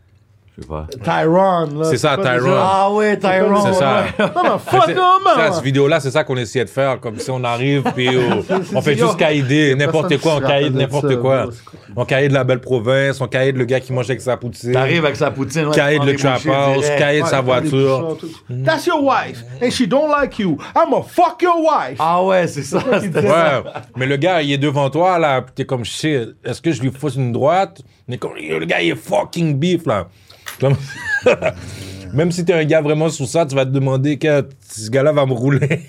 Je sais pas. Tyrone, là. C'est ça, Tyrone. Ah ouais, Tyrone. C'est ça. Non, mais fuck man! Cette vidéo-là, c'est ça qu'on essayait de faire. Comme si on arrive, puis on fait juste caïder n'importe quoi. On caïde n'importe quoi. On caïde la belle province, on caïde le gars qui mange avec sa poutine. T'arrives avec sa poutine, ouais. Caïde le trap house, caïde sa voiture. That's your wife, and she don't like you. I'ma fuck your wife. Ah ouais, c'est ça. Ouais, mais le gars, il est devant toi, là, pis t'es comme shit. Est-ce que je lui fous une droite? Mais comme, le gars, il est fucking beef, là. Comme... Même si t'es un gars vraiment sous ça, tu vas te demander que ce gars-là va me rouler.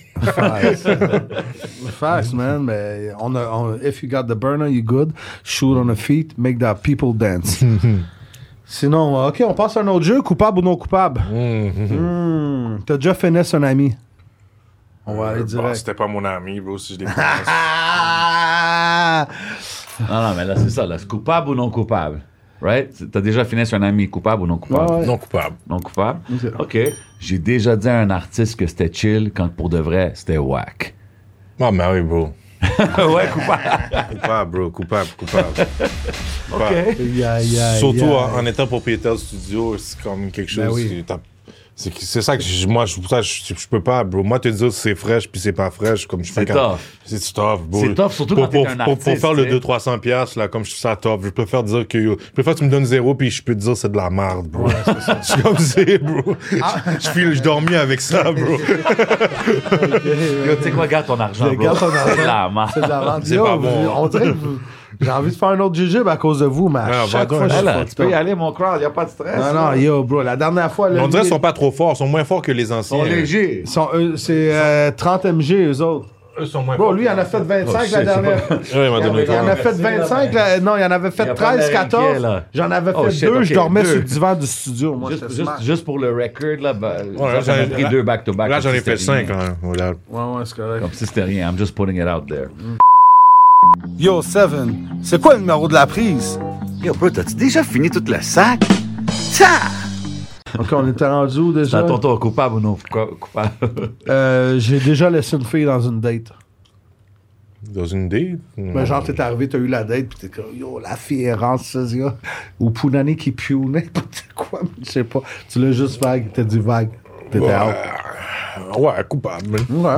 Facts, man. Mais if you got the burner, you good. Shoot on the feet, make that people dance. Sinon, OK, on passe à un autre jeu, coupable ou non coupable. T'as déjà finesse un ami. On va aller direct. C'était pas mon ami, bro, si je l'ai Non, mais là, c'est ça. Là, c'est coupable ou non coupable? Right? T'as déjà fini sur un ami coupable ou non coupable? Ouais. Non coupable. Non coupable? OK. J'ai déjà dit à un artiste que c'était chill quand pour de vrai, c'était whack. Ah, mais oui, bro. Ouais, coupable. Coupable, bro. Coupable. OK. Surtout en étant propriétaire du studio, c'est comme quelque chose qui c'est ça que je peux pas, bro. Moi, te dire c'est fraîche puis c'est pas fraîche, comme je fais tough. C'est tough, bro. C'est tough, surtout quand t'es un artiste. Pour faire le 200-300 $, là, comme je trouve ça tough, je préfère dire que je préfère que tu me donnes 0 puis je peux te dire c'est de la merde, bro. Ouais, c'est ça. Je suis comme c'est, bro. Je dormis avec ça, bro. Yo, tu sais quoi, garde ton argent, bro. Garde ton argent. C'est de la merde. C'est de la merde. C'est pas bon. On dirait que j'ai envie de faire un autre jujube à cause de vous, mais à chaque fois, Tu peux y aller, mon crowd, y a pas de stress. Non, yo, bro, la dernière fois... On dirait qu'ils sont pas trop forts, ils sont moins forts que les anciens. Ils sont légers. C'est 30 mg, eux autres. Eux sont moins Bro, forts. lui, il en a fait 25 la dernière fois. Il m'a donné Il en a fait 25, non, il en avait fait 13, 14. J'en avais fait 2, je dormais sur le divan du studio. Moi, juste pour le record, là, j'en ai pris 2 back-to-back. Là, j'en ai fait 5, hein. Voilà. Ouais, c'est correct. Comme si c'était rien. I'm just putting it out there. Yo, Seven, c'est quoi le numéro de la prise? Yo, bro, t'as-tu déjà fini tout le sac? Tiens! OK, on était rendu où déjà? C'est à ton tour, coupable ou non coupable? J'ai déjà laissé une fille dans une date. Dans une date? Mais genre, t'es arrivé, t'as eu la date, pis t'es comme, yo, la fille est rancieuse, gars. Ou Pounani qui pue, n'importe quoi, je sais pas. Tu l'as juste vague, t'as dit vague. T'étais out. Ouais, coupable.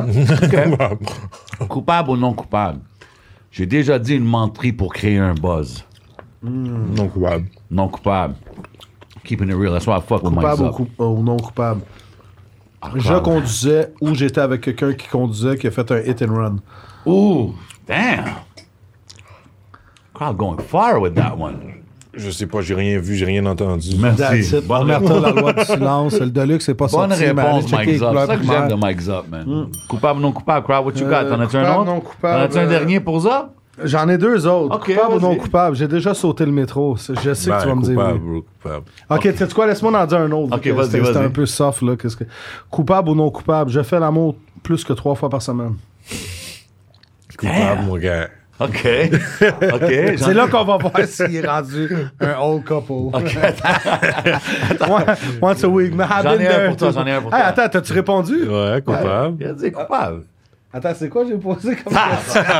Okay. Coupable ou non coupable? J'ai déjà dit une menterie pour créer un buzz. Non coupable. Non coupable. Keeping it real, that's why I fuck with Coupable myself. ou non coupable? Je conduisais ou j'étais avec quelqu'un qui conduisait qui a fait un hit and run. Ooh, damn. Crowd going far with that one. Je sais pas, j'ai rien vu, j'ai rien entendu. Merci. Bonne réponse. La loi du silence. Le Deluxe, c'est pas Bonne sorti. réponse, Mike Zop. C'est ça que j'aime de Mike Zop, man. Coupable ou non coupable, crowd, what you got? T'en as-tu un coupable, autre? non coupable, T'en as-tu un dernier pour Zop? J'en ai 2 autres. Ok, coupable ou non vas-y. coupable? J'ai déjà sauté le métro. Je sais que tu vas me dire. Coupable, Oui. bro, coupable. Ok, tu sais quoi? Laisse-moi en dire un autre. Ok, vas-y, C'était vas-y. un peu soft, là. Coupable ou non coupable? Je fais l'amour plus que 3 fois par semaine. Coupable, mon gars. OK. OK. C'est là qu'on va voir s'il est rendu un old couple. OK. Once a week. Mais J'en ai un pour toi, j'en ai un pour toi. Hey, attends, t'as-tu répondu? Ouais, coupable. Il a dit coupable. Attends, c'est quoi j'ai posé comme Ah,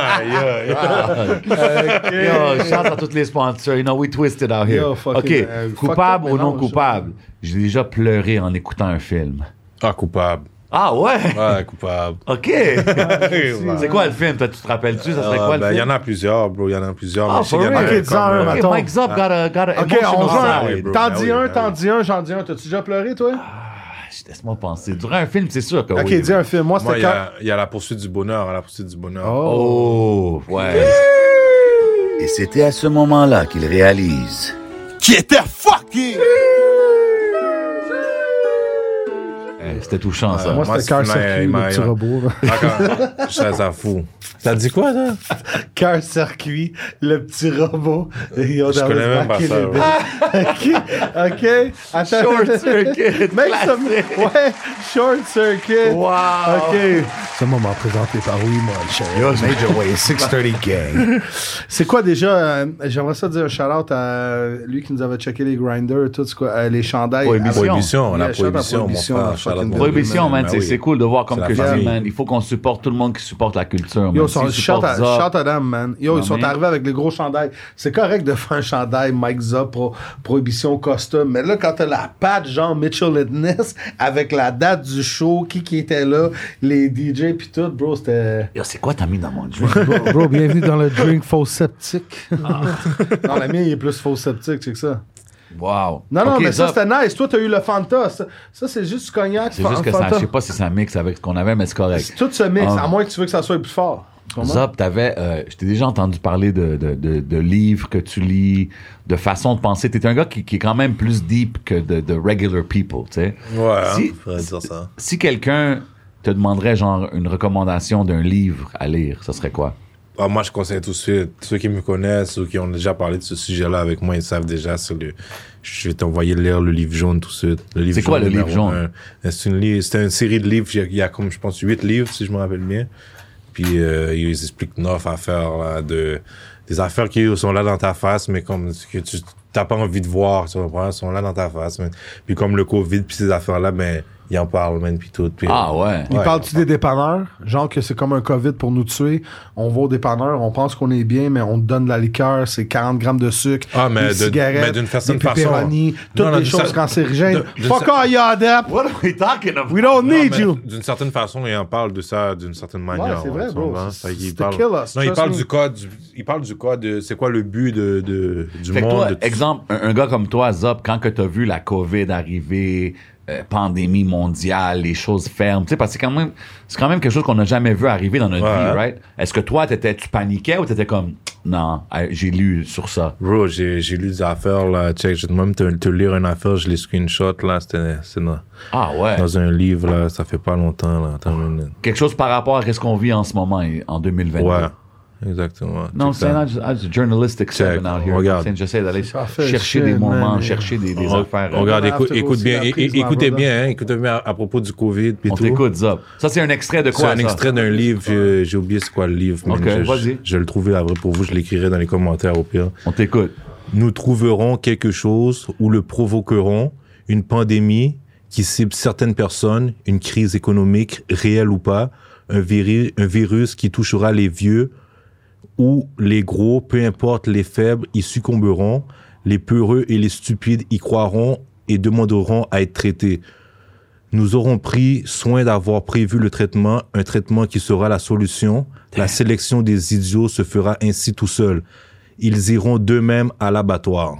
question? Yo, shout à tous les sponsors. You know, we twisted out here. Yo, fucking, OK. Coupable fuck ou up, non mélange, coupable? J'ai déjà pleuré en écoutant un film. Ah, coupable. Ah ouais? Ouais, coupable. OK. C'est quoi le film? Toi, tu te rappelles-tu? Ça serait quoi le Il y film? en a plusieurs, bro. Il y en a plusieurs. Ah, mais je sais qu'il y en for a real? Ok, dis-en un, comme, mettons. Mike Zop got a Ok, on joue emotional un. side. bro. T'en Ben dis oui, un, ben t'en oui. dis un, j'en dis un. T'as-tu déjà pleuré, toi? Laisse-moi penser. Durant un film, c'est sûr que Ok, oui. dis un film. Moi, Moi, c'était quand. il y a la poursuite du bonheur. La poursuite du bonheur. Oh, ouais. Et c'était à ce moment-là qu'il réalise. Qui était fucké! C'était touchant, ça. Moi, c'était Cœur Circuit, le petit robot. D'accord. Ça fout. T'as dit quoi, ça? Cœur Circuit, le petit robot. Je connais même pas ça. Ok. Attends. Short Circuit. Mec, ça ouais, Short Circuit. Wow. Ok. Ce moment présenté par Oui Mon Major Way 630 Gang. C'est quoi déjà? J'aimerais ça dire un shout-out à lui qui nous avait checké les grinders, tout, c'est quoi, les chandails. Prohibition. La Yeah, shout out à prohibition, mon Prohibition, frère. la Shout out fucking Prohibition, man, Ben oui. c'est cool de voir comme C'est que je la dis, famille. man. Il faut qu'on supporte tout le monde qui supporte la culture, Yo, man. S'ils shout supportent Zop, à them, man. Yo, ils sont mais- arrivés avec les gros chandails. C'est correct de faire un chandail Mike Zop Prohibition Custom, mais là, quand t'as la patch genre Mitchell et Ness avec la date du show, qui était là, les DJ pis tout, bro, c'était... Yo, c'est quoi t'as mis dans mon drink? Bro, bienvenue dans le drink faux sceptique. Non, la mienne, il est plus faux sceptique, c'est que ça. Wow. Non, Ok, mais ça, Zop, c'était nice. Toi, t'as eu le Fanta. Ça, c'est juste du cognac. c'est juste que ça, je sais pas si ça mixe avec ce qu'on avait, mais c'est correct. Tout se mixe, Ah. à moins que tu veux que ça soit plus fort. Tu comprends? Zop, je t'ai déjà entendu parler de livres que tu lis, de façon de penser. T'es un gars qui est quand même plus deep que de regular people, tu sais. Ouais, Si- faudrait dire ça. Si quelqu'un te demanderait genre une recommandation d'un livre à lire, ça serait quoi? Ah, moi, je conseille tout de suite. Ceux qui me connaissent ou qui ont déjà parlé de ce sujet-là avec moi, ils savent déjà. Je vais t'envoyer lire le livre jaune tout de suite. Le livre C'est quoi, le numéro livre jaune? 1. C'est une série de livres. Il y a comme, je pense, 8 livres, si je me rappelle bien. Puis ils expliquent 9 affaires, là, des affaires qui sont là dans ta face, mais comme que tu t'as pas envie de voir, tu comprends? Ils sont là dans ta face. Mais... Puis comme le COVID, puis ces affaires-là, ben, ils en parlent, man, puis tout. Puis, ouais. Ils parlent-tu des dépanneurs? Genre que c'est comme un COVID pour nous tuer. On va au dépanneur, on pense qu'on est bien, mais on te donne de la liqueur, c'est 40 grammes de sucre, des cigarettes, mais d'une certaine des pepperoni, toutes les choses cancérigènes. Fuck all y'all, Dap! What are we talking about? We don't need you! D'une certaine façon, ils en parlent de ça d'une certaine manière. Ouais, c'est vrai, bro. C'est kill us. Non, ils parlent du code. Ils parlent du code. C'est quoi le but du fait monde? Toi, exemple, un gars comme toi, Zop, quand que t'as vu la COVID arriver, pandémie mondiale, les choses fermes, tu sais, parce que c'est quand même quelque chose qu'on n'a jamais vu arriver dans notre vie, right? Est-ce que toi, tu paniquais ou t'étais comme, non, j'ai lu sur ça? Bro, j'ai lu des affaires, là, check, je vais même te lire une affaire, je les screenshot, là, c'est dans un livre, là, ça fait pas longtemps, là, attends une minute. Quelque chose par rapport à ce qu'on vit en ce moment, en 2022. Ouais. Exactement. Non, c'est un journalistic segment out here. Regarde. J'essaie d'aller chercher des moments, chercher des affaires. Regarde, écoutez bien à propos du COVID. On t'écoute, Zop. Ça, c'est un extrait de quoi? C'est un extrait d'un livre. J'ai oublié c'est quoi le livre. Ok, vas-y. Je le trouvais après pour vous. Je l'écrirai dans les commentaires au pire. On t'écoute. Nous trouverons quelque chose ou le provoquerons, une pandémie qui cible certaines personnes, une crise économique, réelle ou pas, un virus qui touchera les vieux, où les gros, peu importe les faibles, y succomberont, les peureux et les stupides y croiront et demanderont à être traités. Nous aurons pris soin d'avoir prévu le traitement, un traitement qui sera la solution. La sélection des idiots se fera ainsi tout seul. Ils iront d'eux-mêmes à l'abattoir.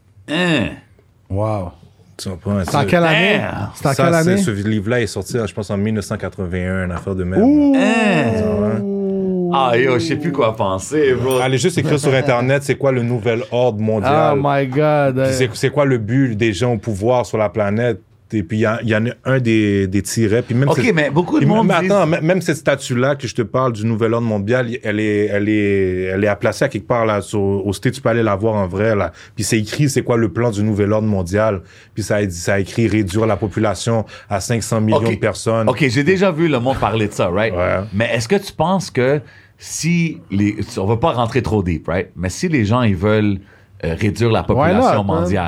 Wow. Tu comprends? C'est en quelle année? C'est en quelle année? Ce livre-là est sorti, je pense, en 1981, une affaire de même. Ah, yo, je sais plus quoi penser, bro. Allez juste écrire sur Internet, c'est quoi le nouvel ordre mondial. Oh my God. C'est quoi le but des gens au pouvoir sur la planète. Et puis, il y en a un des tirets. Puis même mais beaucoup de monde disent... Attends, même cette statue-là que je te parle du nouvel ordre mondial, elle est à placer à quelque part, là, au States, tu peux aller la voir en vrai, là. Puis c'est écrit, c'est quoi le plan du nouvel ordre mondial. Puis ça a écrit réduire la population à 500 millions de personnes. OK, j'ai déjà vu le monde parler de ça, right? Ouais. Mais est-ce que tu penses que on va pas rentrer trop deep, right? Mais si les gens, ils veulent réduire la population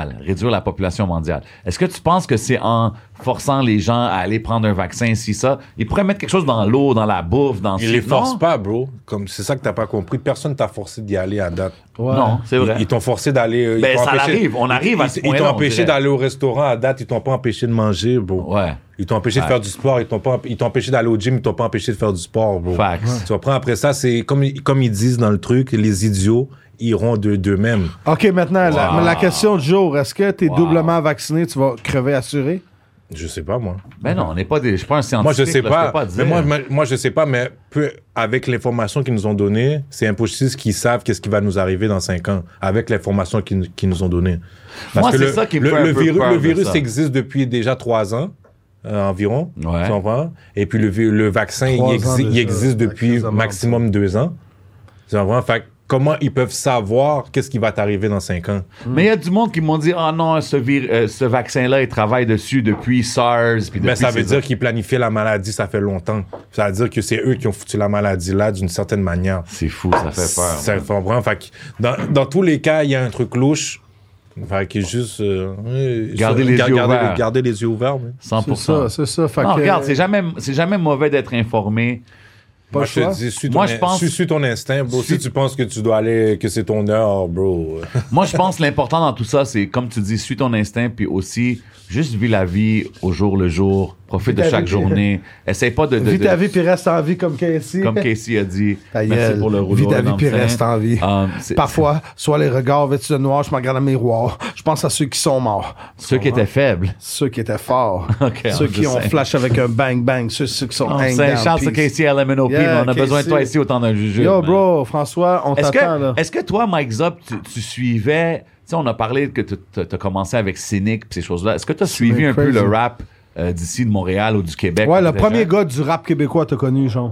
mondiale. Est-ce que tu penses que c'est en forçant les gens à aller prendre un vaccin, si ça, ils pourraient mettre quelque chose dans l'eau, dans la bouffe, dans... Ils les forcent pas, bro. Comme c'est ça que t'as pas compris. Personne t'a forcé d'y aller à date. Ouais. Non, c'est vrai. Ils t'ont forcé d'aller... ça arrive. On arrive à ce point-là. Ils t'ont empêché d'aller au restaurant à date. Ils t'ont pas empêché de manger, bro. Ouais. Ils t'ont empêché de faire du sport. Ils t'ont empêché d'aller au gym. Ils t'ont pas empêché de faire du sport, bro. Facts. Tu comprends? Après ça, c'est comme ils disent dans le truc, les idiots iront d'eux-mêmes. OK, maintenant, la question du jour, est-ce que tu es doublement vacciné, tu vas crever assuré? Je sais pas, moi. Ben non, je suis pas un scientifique. Moi, je sais là, pas. Moi, je sais pas, mais avec l'information qu'ils nous ont donnée, c'est impossible qu'ils savent qu'est-ce qui va nous arriver dans 5 ans, avec l'information qu'ils nous ont donnée. Parce moi, c'est ça qui me fait un peu peur. Le virus existe depuis déjà 3 ans. Environ, ouais. Tu comprends? Et puis le vaccin, il existe depuis maximum 2 ans. Tu comprends? Fait comment ils peuvent savoir qu'est-ce qui va t'arriver dans 5 ans? Mais il y a du monde qui m'ont dit, ah non, ce vaccin-là, il travaille dessus depuis SARS. Puis ben, ça veut dire qu'ils planifiaient la maladie, ça fait longtemps. Ça veut dire que c'est eux qui ont foutu la maladie là d'une certaine manière. C'est fou, ça fait peur. Ça comprend? Fait que dans tous les cas, il y a un truc louche. Fait que juste... Garder les yeux ouverts. Garder les yeux ouverts. Oui. 100%. C'est ça. Fait non, que... regarde, c'est jamais mauvais d'être informé. Moi, je te dis, suis ton instinct, bro. Si tu penses que tu dois aller, que c'est ton heure, bro. Moi, je pense que l'important dans tout ça, c'est, comme tu dis, suis ton instinct, puis aussi, juste vis la vie au jour le jour. Profite de chaque journée. Essaye pas de... Vis ta vie, puis reste en vie, comme Casey. Comme Casey a dit. Merci pour le rouleau. Vis ta vie, puis reste en vie. Parfois, soit les regards vêtus de noir, je me regarde dans le miroir. Je pense à ceux qui sont morts. Ceux qui étaient faibles. Ceux qui étaient forts. Okay, ceux qui ont flash avec un bang-bang. Ceux qui sont hang down. Chance à Casey à LMNOP, mais on a besoin de toi ici autant d'un jugeux. Yo, bro, François, on t'attend, là. Est-ce que toi, Mike Zop, tu suivais... Tu sais, on a parlé que tu as commencé avec Cynic et ces choses-là. Est-ce que tu as suivi un peu le rap d'ici, de Montréal ou du Québec? Ouais, le premier gars du rap québécois t'as connu, genre.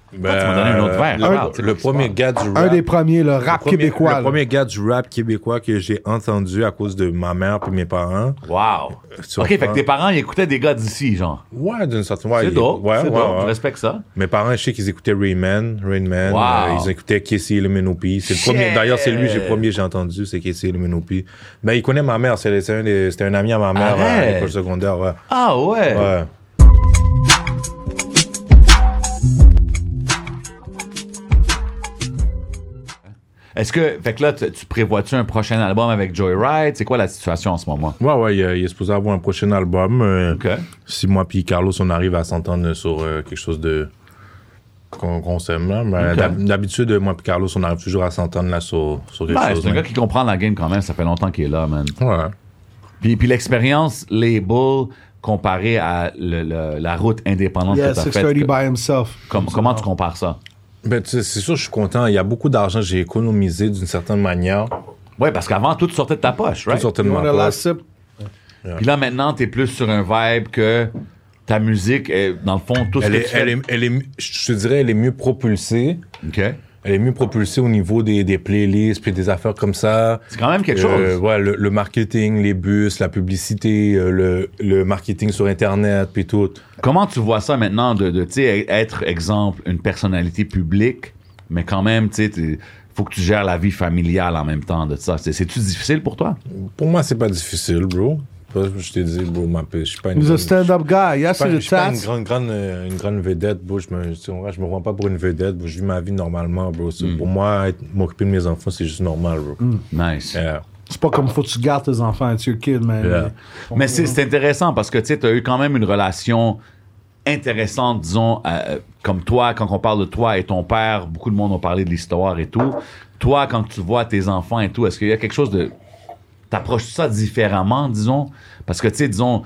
Toi, tu m'as donné un autre verre. Le premier gars du rap. Un des premiers, le rap québécois. Le premier gars du rap québécois que j'ai entendu à cause de ma mère et mes parents. Wow. OK, fait que tes parents, ils écoutaient des gars d'ici, genre. Ouais, d'une certaine manière. C'est dope. C'est dope. Je respecte ça. Mes parents, je sais qu'ils écoutaient Rain Man. Wow. Ils écoutaient Casey le Menopi. C'est le premier. D'ailleurs, c'est lui, le premier que j'ai entendu, c'est Casey le Menopi. Mais il connaît ma mère. C'était un ami à ma mère à l'école secondaire. Ouais. Ah ouais. Ouais. Est-ce que, fait que là, tu prévois-tu un prochain album avec Joyride? C'est quoi la situation en ce moment? Ouais, il est supposé avoir un prochain album. OK. Si moi puis Carlos, on arrive à s'entendre sur quelque chose de qu'on s'aime, là. Mais d'habitude, moi puis Carlos, on arrive toujours à s'entendre là sur quelque chose. C'est un gars qui comprend la game quand même. Ça fait longtemps qu'il est là, man. Ouais. Puis l'expérience label comparée à la route indépendante que tu as faite. 630 by himself. Comment tu compares ça? Ben, c'est sûr, je suis content. Il y a beaucoup d'argent que j'ai économisé d'une certaine manière. Oui, parce qu'avant, tout sortait de ta poche, right? Tout sortait de ma poche. Puis là, maintenant, t'es plus sur un vibe que ta musique, dans le fond, tout ce que tu fais... Je te dirais, elle est mieux propulsée. OK. Elle est mieux propulsée au niveau des playlists puis des affaires comme ça. C'est quand même quelque chose. Ouais, le marketing, les bus, la publicité, le marketing sur Internet puis tout. Comment tu vois ça maintenant de tu sais, être, exemple, une personnalité publique, mais quand même, tu sais, faut que tu gères la vie familiale en même temps de ça. C'est-tu difficile pour toi? Pour moi, c'est pas difficile, bro. Je t'ai dit, bro, je suis pas une... He's a stand-up guy. Je suis pas une grande vedette, bro. Je me vois pas pour une vedette, bro. Je vis ma vie normalement, bro. Pour moi, m'occuper de mes enfants, c'est juste normal, bro. Nice. Yeah. C'est pas comme faut que tu gardes tes enfants, it's your kid, man. Yeah. Mais c'est intéressant parce que, tu sais, t'as eu quand même une relation intéressante, disons, comme toi, quand on parle de toi et ton père, beaucoup de monde ont parlé de l'histoire et tout. Toi, quand tu vois tes enfants et tout, est-ce qu'il y a quelque chose de... T'approches ça différemment, disons? Parce que, tu sais, disons,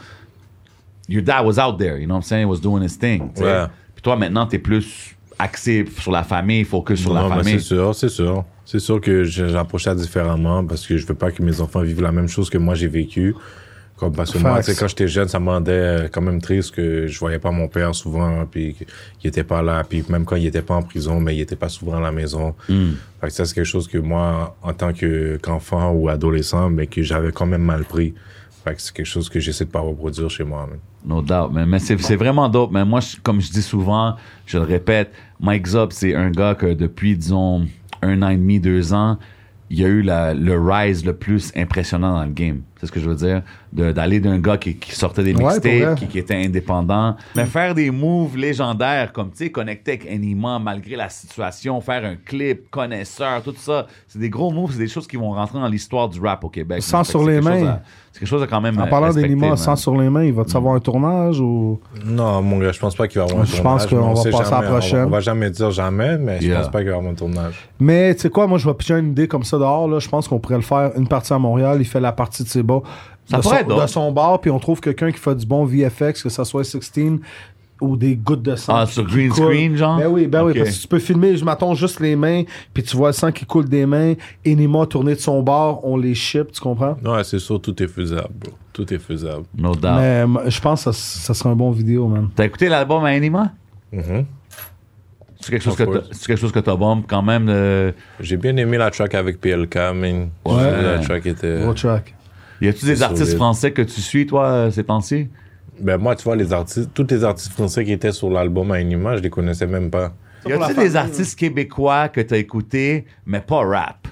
your dad was out there, you know what I'm saying? He was doing his thing. Ouais. Puis toi, maintenant, t'es plus axé sur la famille, focus sur la famille. C'est sûr. C'est sûr que j'approche ça différemment parce que je veux pas que mes enfants vivent la même chose que moi j'ai vécu. Comme parce que moi, quand j'étais jeune, ça me rendait quand même triste que je voyais pas mon père souvent, puis qu'il était pas là, puis même quand il était pas en prison, mais il était pas souvent à la maison. Fait que ça, c'est quelque chose que moi, en tant qu'enfant ou adolescent, mais que j'avais quand même mal pris. Fait que c'est quelque chose que j'essaie de pas reproduire chez moi. No doubt, mais c'est vraiment dope. Mais moi, comme je dis souvent, je le répète, Mike Zop, c'est un gars que depuis, disons, 1 an et demi, 2 ans, il y a eu le rise le plus impressionnant dans le game. C'est ce que je veux dire. D'aller d'un gars qui sortait des mixtapes, qui était indépendant. Mais faire des moves légendaires, comme, tu sais, connecter avec Enima malgré la situation, faire un clip, connaisseur, tout ça. C'est des gros moves, c'est des choses qui vont rentrer dans l'histoire du rap au Québec. Sans sur les mains. C'est quelque chose de quand même. En parlant d'Enima, sans sur les mains, il va-tu avoir un tournage ou. Non, mon gars, je pense pas qu'il va y avoir un tournage. Je pense qu'on va passer à la prochaine. On va jamais dire jamais, mais je pense pas qu'il va y avoir un tournage. Mais tu sais quoi, moi, je vais pitcher une idée comme ça dehors. Là. Je pense qu'on pourrait le faire une partie à Montréal. Il fait la partie de ses bas. De son bar, puis on trouve quelqu'un qui fait du bon VFX, que ça soit 16 ou des gouttes de sang. Ah, sur green screen, genre? Ben oui, parce que tu peux filmer, je m'attends juste les mains, puis tu vois le sang qui coule des mains. Enima tourné de son bar, on les ship, tu comprends? Ouais, c'est sûr, tout est faisable, bro. Tout est faisable. No doubt. Mais je pense que ça serait un bon vidéo, man. T'as écouté l'album à Enima? C'est quelque chose que t'as bombe quand même. J'ai bien aimé la track avec PLK, man. La track était... Gros track. Y a-tu des artistes français que tu suis, toi, ces temps-ci? Ben moi, tu vois, tous les artistes français qui étaient sur l'album à Enima, je les connaissais même pas. Y a-tu des artistes québécois que t'as écoutés, mais pas rap?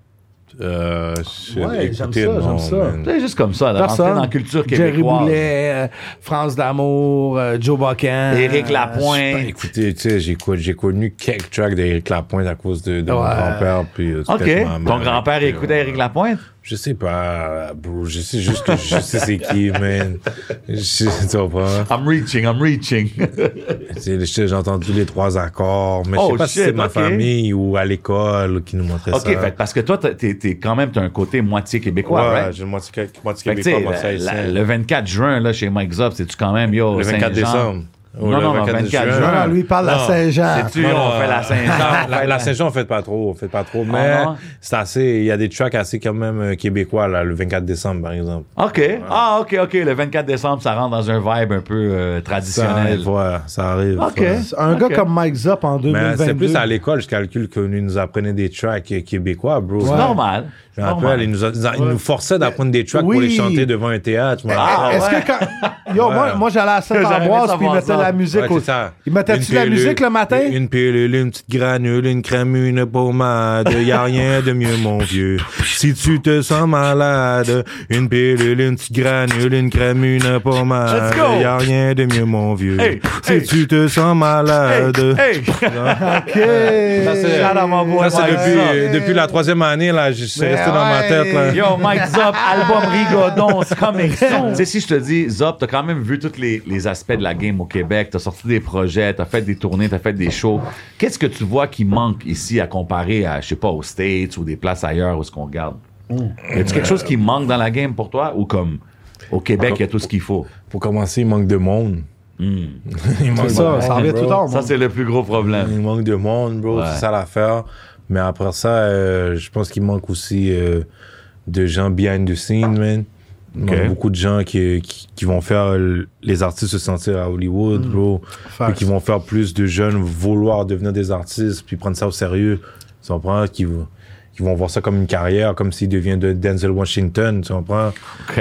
Ouais, j'aime ça. C'est juste comme ça, de rentrer dans la culture québécoise. Jerry Boulet, France d'Amour, Joe Buchan. Éric Lapointe. Écoutez, tu sais, j'ai connu quelques tracks d'Éric Lapointe à cause de mon grand-père. Puis, OK. Ton grand-père écoutait Éric Lapointe? Je sais pas, bro. Je sais juste que je sais c'est qui, man. Tu comprends? I'm reaching. J'ai entendu les 3 accords, mais je sais pas si c'est ma famille ou à l'école qui nous montrait ça. OK, parce que toi, t'as un côté moitié québécois, right? J'ai moitié québécois, moitié haïtien. Le 24 juin, là, chez Mike Zop, c'est-tu quand même, le 24 décembre. Non, 24 juin. Non, lui, il parle de la Saint-Jean. C'est-tu, on fait la Saint-Jean. La Saint-Jean, on fait pas trop. Mais c'est assez... Il y a des tracks assez quand même québécois, là, le 24 décembre, par exemple. OK. Ah, OK. Le 24 décembre, ça rentre dans un vibe un peu traditionnel. Ça arrive. OK. Un gars comme Mike Zop en 2022. Mais c'est plus à l'école, je calcule, que nous apprenaient des tracks québécois, bro. C'est normal. Je me rappelle, il nous forçait d'apprendre des tracks pour les chanter devant un théâtre. Est-ce que quand... Moi, j'allais à Saint-Ambroise, puis il mettait la musique. Il mettait-tu la musique le matin? Une pilule, une petite granule, une crème, une pommade. Y a rien de mieux, mon vieux. Si tu te sens malade, une pilule, une petite granule, une crème, une pommade. Y a rien de mieux, mon vieux. Si tu te sens malade. OK. Ça, c'est depuis la 3e année, là, c'est resté dans ma tête, là. Yo, Mike Zop, album Rigodon, c'est comme ça. Tu sais, si je te dis, Zop, t'as quand même vu tous les aspects de la game au Québec, t'as sorti des projets, t'as fait des tournées, t'as fait des shows. Qu'est-ce que tu vois qui manque ici à comparer à, je sais pas, aux States ou des places ailleurs où est-ce qu'on regarde? Y a-tu quelque chose qui manque dans la game pour toi ou comme au Québec, il y a tout ce qu'il faut? Pour commencer, il manque de monde. Il manque ça revient tout le temps. Ça, c'est le plus gros problème. Il manque de monde, bro, c'est ça l'affaire. Mais après ça, je pense qu'il manque aussi de gens behind the scene, man. Il manque beaucoup de gens qui vont faire les artistes se sentir à Hollywood, bro. Puis qui vont faire plus de jeunes vouloir devenir des artistes, puis prendre ça au sérieux. Tu comprends? Qui vont voir ça comme une carrière, comme s'ils deviennent de Denzel Washington, tu comprends?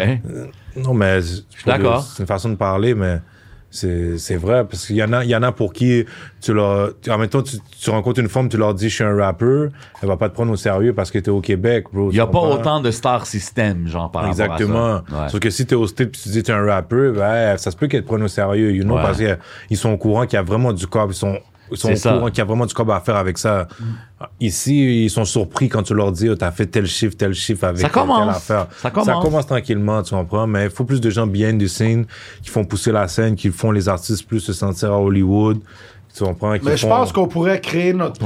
Non, mais je suis d'accord. C'est une façon de parler, mais c'est vrai, parce qu'il y en a pour qui en même temps, tu rencontres une femme, tu leur dis je suis un rappeur, elle va pas te prendre au sérieux parce que t'es au Québec, bro. Il y a pas autant de star system, genre, par rapport à ça. Exactement. Sauf que si t'es au States pis tu dis t'es un rappeur, ben, ça se peut qu'elle te prenne au sérieux, you know, parce qu'ils sont au courant qu'il y a vraiment du corps, ils sont au courant qu'il y a vraiment du corps à faire avec ça. Ici, ils sont surpris quand tu leur dis, t'as fait tel chiffre avec telle affaire. Ça commence tranquillement, tu comprends, mais il faut plus de gens behind the scene qui font pousser la scène, qui font les artistes plus se sentir à Hollywood. Tu comprends? Mais je pense qu'on pourrait créer notre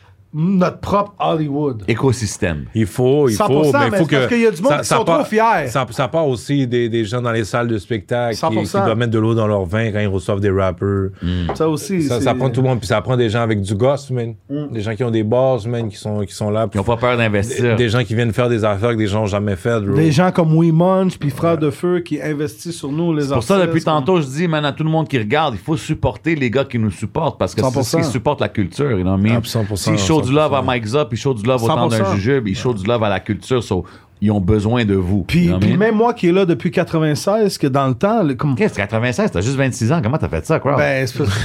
propre Hollywood. Écosystème. Il faut, mais il faut que... Parce qu'il y a du monde qui sont trop fiers. Ça part aussi des gens dans les salles de spectacle qui doivent mettre de l'eau dans leur vin quand ils reçoivent des rappeurs. Ça aussi. Ça prend tout le monde, puis ça prend des gens avec du gosse, man. Des gens qui ont des bars, man, qui sont là. Ils n'ont pas peur d'investir. Des gens qui viennent faire des affaires que des gens n'ont jamais fait, bro. Des gens comme We Munch, puis Frère de Feu, qui investissent sur nous, les artistes. Pour ça, depuis tantôt, je dis, man, à tout le monde qui regarde, il faut supporter les gars qui nous supportent, parce que c'est ce qui supporte la culture, you know what I mean? 100%. S'ils show du love à Mike Zop, ils show du love au temps d'un jujube, ils show du love à la culture, ils ont besoin de vous. Puis même moi qui est là depuis 96, que dans le temps... Qu'est-ce que 96? T'as juste 26 ans, comment t'as fait ça, Crowd? Ben,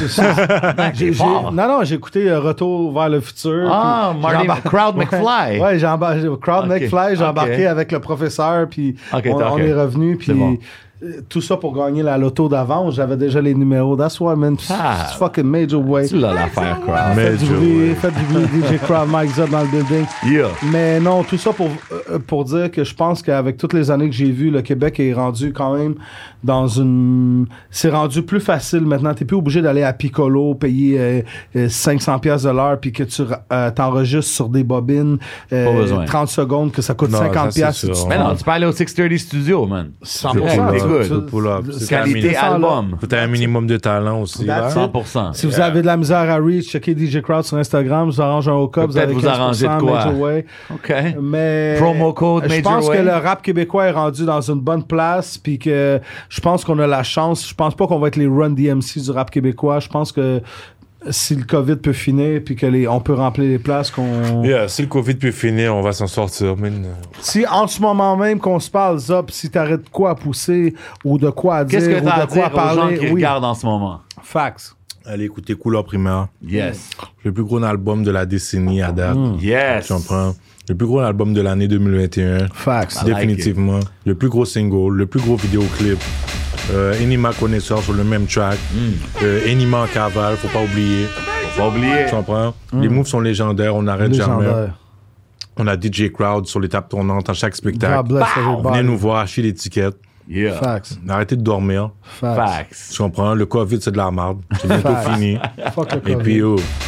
Non, j'ai écouté Retour vers le futur. Ah, Crowd McFly. Ouais, Crowd McFly, j'ai embarqué avec le professeur, puis on est revenu, puis... Tout ça pour gagner la loto d'avance. J'avais déjà les numéros. That's why, man. It's fucking major way. Tu l'as l'affaire, Crowd. Faites du bruit, DJ Crowd, Mike Zop dans le building. Yeah. Mais non, tout ça pour dire que je pense qu'avec toutes les années que j'ai vues, le Québec est rendu quand même dans une... C'est rendu plus facile maintenant. T'es plus obligé d'aller à Piccolo, payer 500$ de l'heure, puis que tu t'enregistres sur des bobines 30 secondes, que ça coûte 50$. Mais non, tu peux aller au 630 Studio, man. 100%. Qualité album. Faut avoir un minimum de talent aussi. 100%. Si vous avez de la misère à reach, checkez DJ Crowd sur Instagram, vous arrangez un hook-up, vous avez 15% vous arranger de quoi? Major Way. OK. Mais promo code Major Way. Je pense que le rap québécois est rendu dans une bonne place, puis que je pense qu'on a la chance. Je pense pas qu'on va être les Run DMC du rap québécois. Je pense que si le COVID peut finir, puis que on peut remplir les places si le COVID peut finir, on va s'en sortir. Si en ce moment même qu'on se parle, Zop, si t'arrêtes de quoi à pousser, ou de quoi à dire, qu'est-ce que ou de quoi à parler... aux gens qui regardent en ce moment? Facts. Allez écouter Couleur Primaire. Yes. Le plus gros album de la décennie à date. Yes. Tu comprends? Le plus gros album de l'année 2021. Facts. Définitivement. Le plus gros single, le plus gros vidéoclip. Enima Connaisseur sur le même track. Enima en cavale, faut pas oublier. Tu comprends? Les moves sont légendaires, on n'arrête jamais. On a DJ Crowd sur les tables tournantes à chaque spectacle. Venez nous voir, achetez l'étiquette. Yeah. Facts. Arrêtez de dormir. Facts. Tu comprends? Le COVID, c'est de la merde. C'est bientôt fini. Fuck le COVID. Et puis,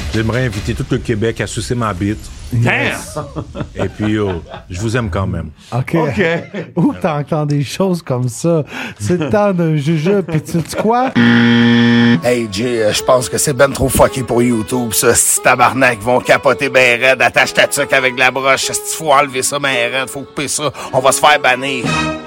J'aimerais inviter tout le Québec à sucer ma bite. Damn! Et puis, je vous aime quand même. OK. Où t'entends des choses comme ça? C'est le temps d'un jujube, pis tu sais quoi? Hey, Jay, je pense que c'est ben trop fucké pour YouTube, ça. Si tabarnak vont capoter ben raide, attache ta tuque avec la broche. Si faut enlever ça ben raide, faut couper ça. On va se faire bannir.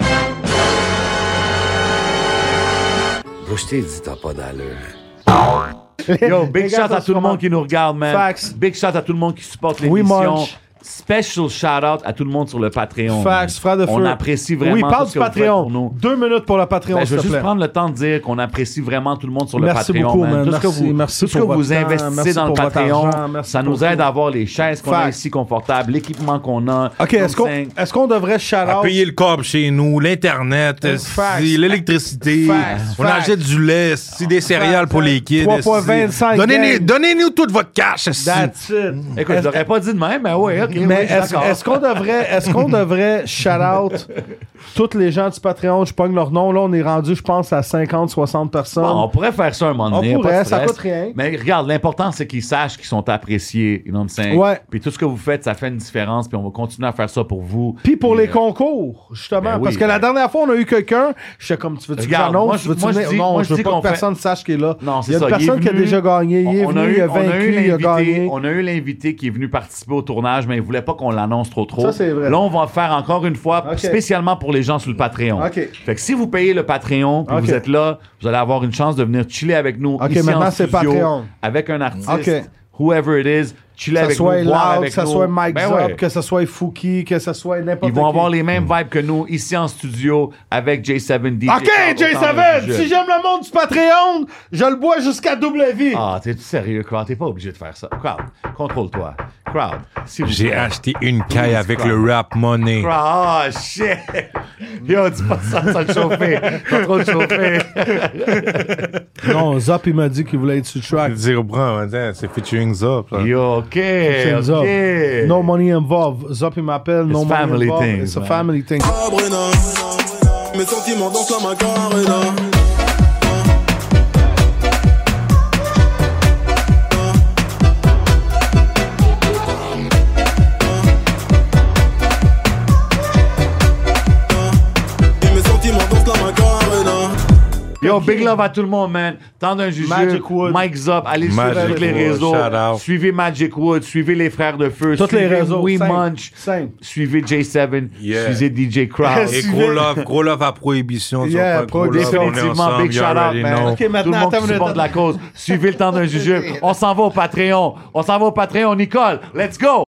Je t'ai dit, t'as pas d'allure. Yo, big shout à tout le monde qui nous regarde, man. Facts. Big shout à tout le monde qui supporte Oui, l'émission. Munch. Special shout out à tout le monde sur le Patreon. Facts, frère de feu. On apprécie vraiment Oui, parle tout ce du que vous faites Patreon. pour nous. 2 minutes pour le Patreon, Ben, je s'il veux te juste plaît. prendre le temps de dire qu'on apprécie vraiment tout le monde sur le Merci Patreon. beaucoup, man. Tout ce que Merci, vous, merci tout ce que pour vous votre temps. investissez Merci dans le pour votre Patreon, argent. Merci ça pour nous tout. aide à avoir les chaises qu'on a Facts. ici confortables, l'équipement qu'on a. OK, est-ce qu'on devrait À shout-out? payer le câble chez nous, l'Internet, Facts. l'électricité. Facts. On achète du lait, c'est des céréales pour les kids. 3,25 Donnez-nous tout votre cash. That's it. Écoute, je l'aurais pas dit de même, mais ouais, OK. Mais oui, je suis d'accord. est-ce qu'on devrait shout-out tous les gens du Patreon? Je pogne leur nom. Là, on est rendu, je pense, à 50, 60 personnes. Bon, on pourrait faire ça un moment donné. On pourrait, pas de ça stress. coûte rien. Mais regarde, l'important, c'est qu'ils sachent qu'ils sont appréciés. You know what I'm saying? Ouais. Puis tout ce que vous faites, ça fait une différence. Puis on va continuer à faire ça pour vous. Puis pour Puis, les concours, justement. ben oui, parce que la ben- dernière fois, on a eu quelqu'un. Je sais comme, tu veux-tu que Regarde, j'annonce? moi, Tu veux-tu moi, je venir? dis- Non, moi, je je veux dis pas qu'on que fait- personne sache qu'il est là. Non, c'est il y a ça. une personne Il est qui a venu- déjà gagné. Il est venu, il a vaincu, il a gagné. On a eu l'invité qui est venu participer au tournage, mais il voulait pas qu'on l'annonce trop. Ça, c'est vrai. Là, on va faire encore une fois, Ok. spécialement pour les gens sur le Patreon. Ok. Fait que si vous payez le Patreon, puis Ok. vous êtes là, vous allez avoir une chance de venir chiller avec nous Ok, ici maintenant, en c'est studio, Patreon. avec un artiste, Ok. whoever it is, chiller Que avec ce soit nous, boire Loud, avec que ce nous. soit Mike Ben Zop, ouais. que ce soit Fouki, que ce soit n'importe Ils vont qui. avoir les mêmes vibes que nous ici en studio avec J7 DJ. OK, J7, si j'aime le monde du Patreon, je le bois jusqu'à double vie. Ah, t'es sérieux, Crowd? T'es pas obligé de faire ça. Crowd, contrôle-toi. Crowd, s'il vous J'ai plaît. acheté une caille avec Crowd. le rap money. Crowd, ah, shit! Yo, dis pas ça, ça te chauffer. T'as trop de chauffer. Non, Zop, il m'a dit qu'il voulait être sur le track. Dire, bro, attends, c'est featuring Zop. là. Yo, OK, C'est Zop. OK. No money involved. Zop, il m'appelle. No It's money family involved. things, It's a man. family thing. Sabrina, mes sentiments dansent la Macarena. Et mes sentiments dansent la Macarena. Yo, big love à tout le monde, man. Tant d'un jugeux. Magic Wood. Mike Zop, allez le Magic suivre sur les Wood, réseaux. shout out. Suivez Magic Wood, suivez les Frères de Feu. Tous les suivez réseaux. We Simple. Munch. Simple. Suivez J7. Yeah. Suivez DJ Crowd. Et gros love à Prohibition. tu Yeah, vois, gros love, Prohibition. on est Définitivement, ensemble, big you shout out, already man. know. Ok, Tout le maintenant, monde attends qui une supporte minute. la cause. Suivez le temps d'un jugeux. On s'en va au Patreon. On s'en va au Patreon, Nicole. Let's go!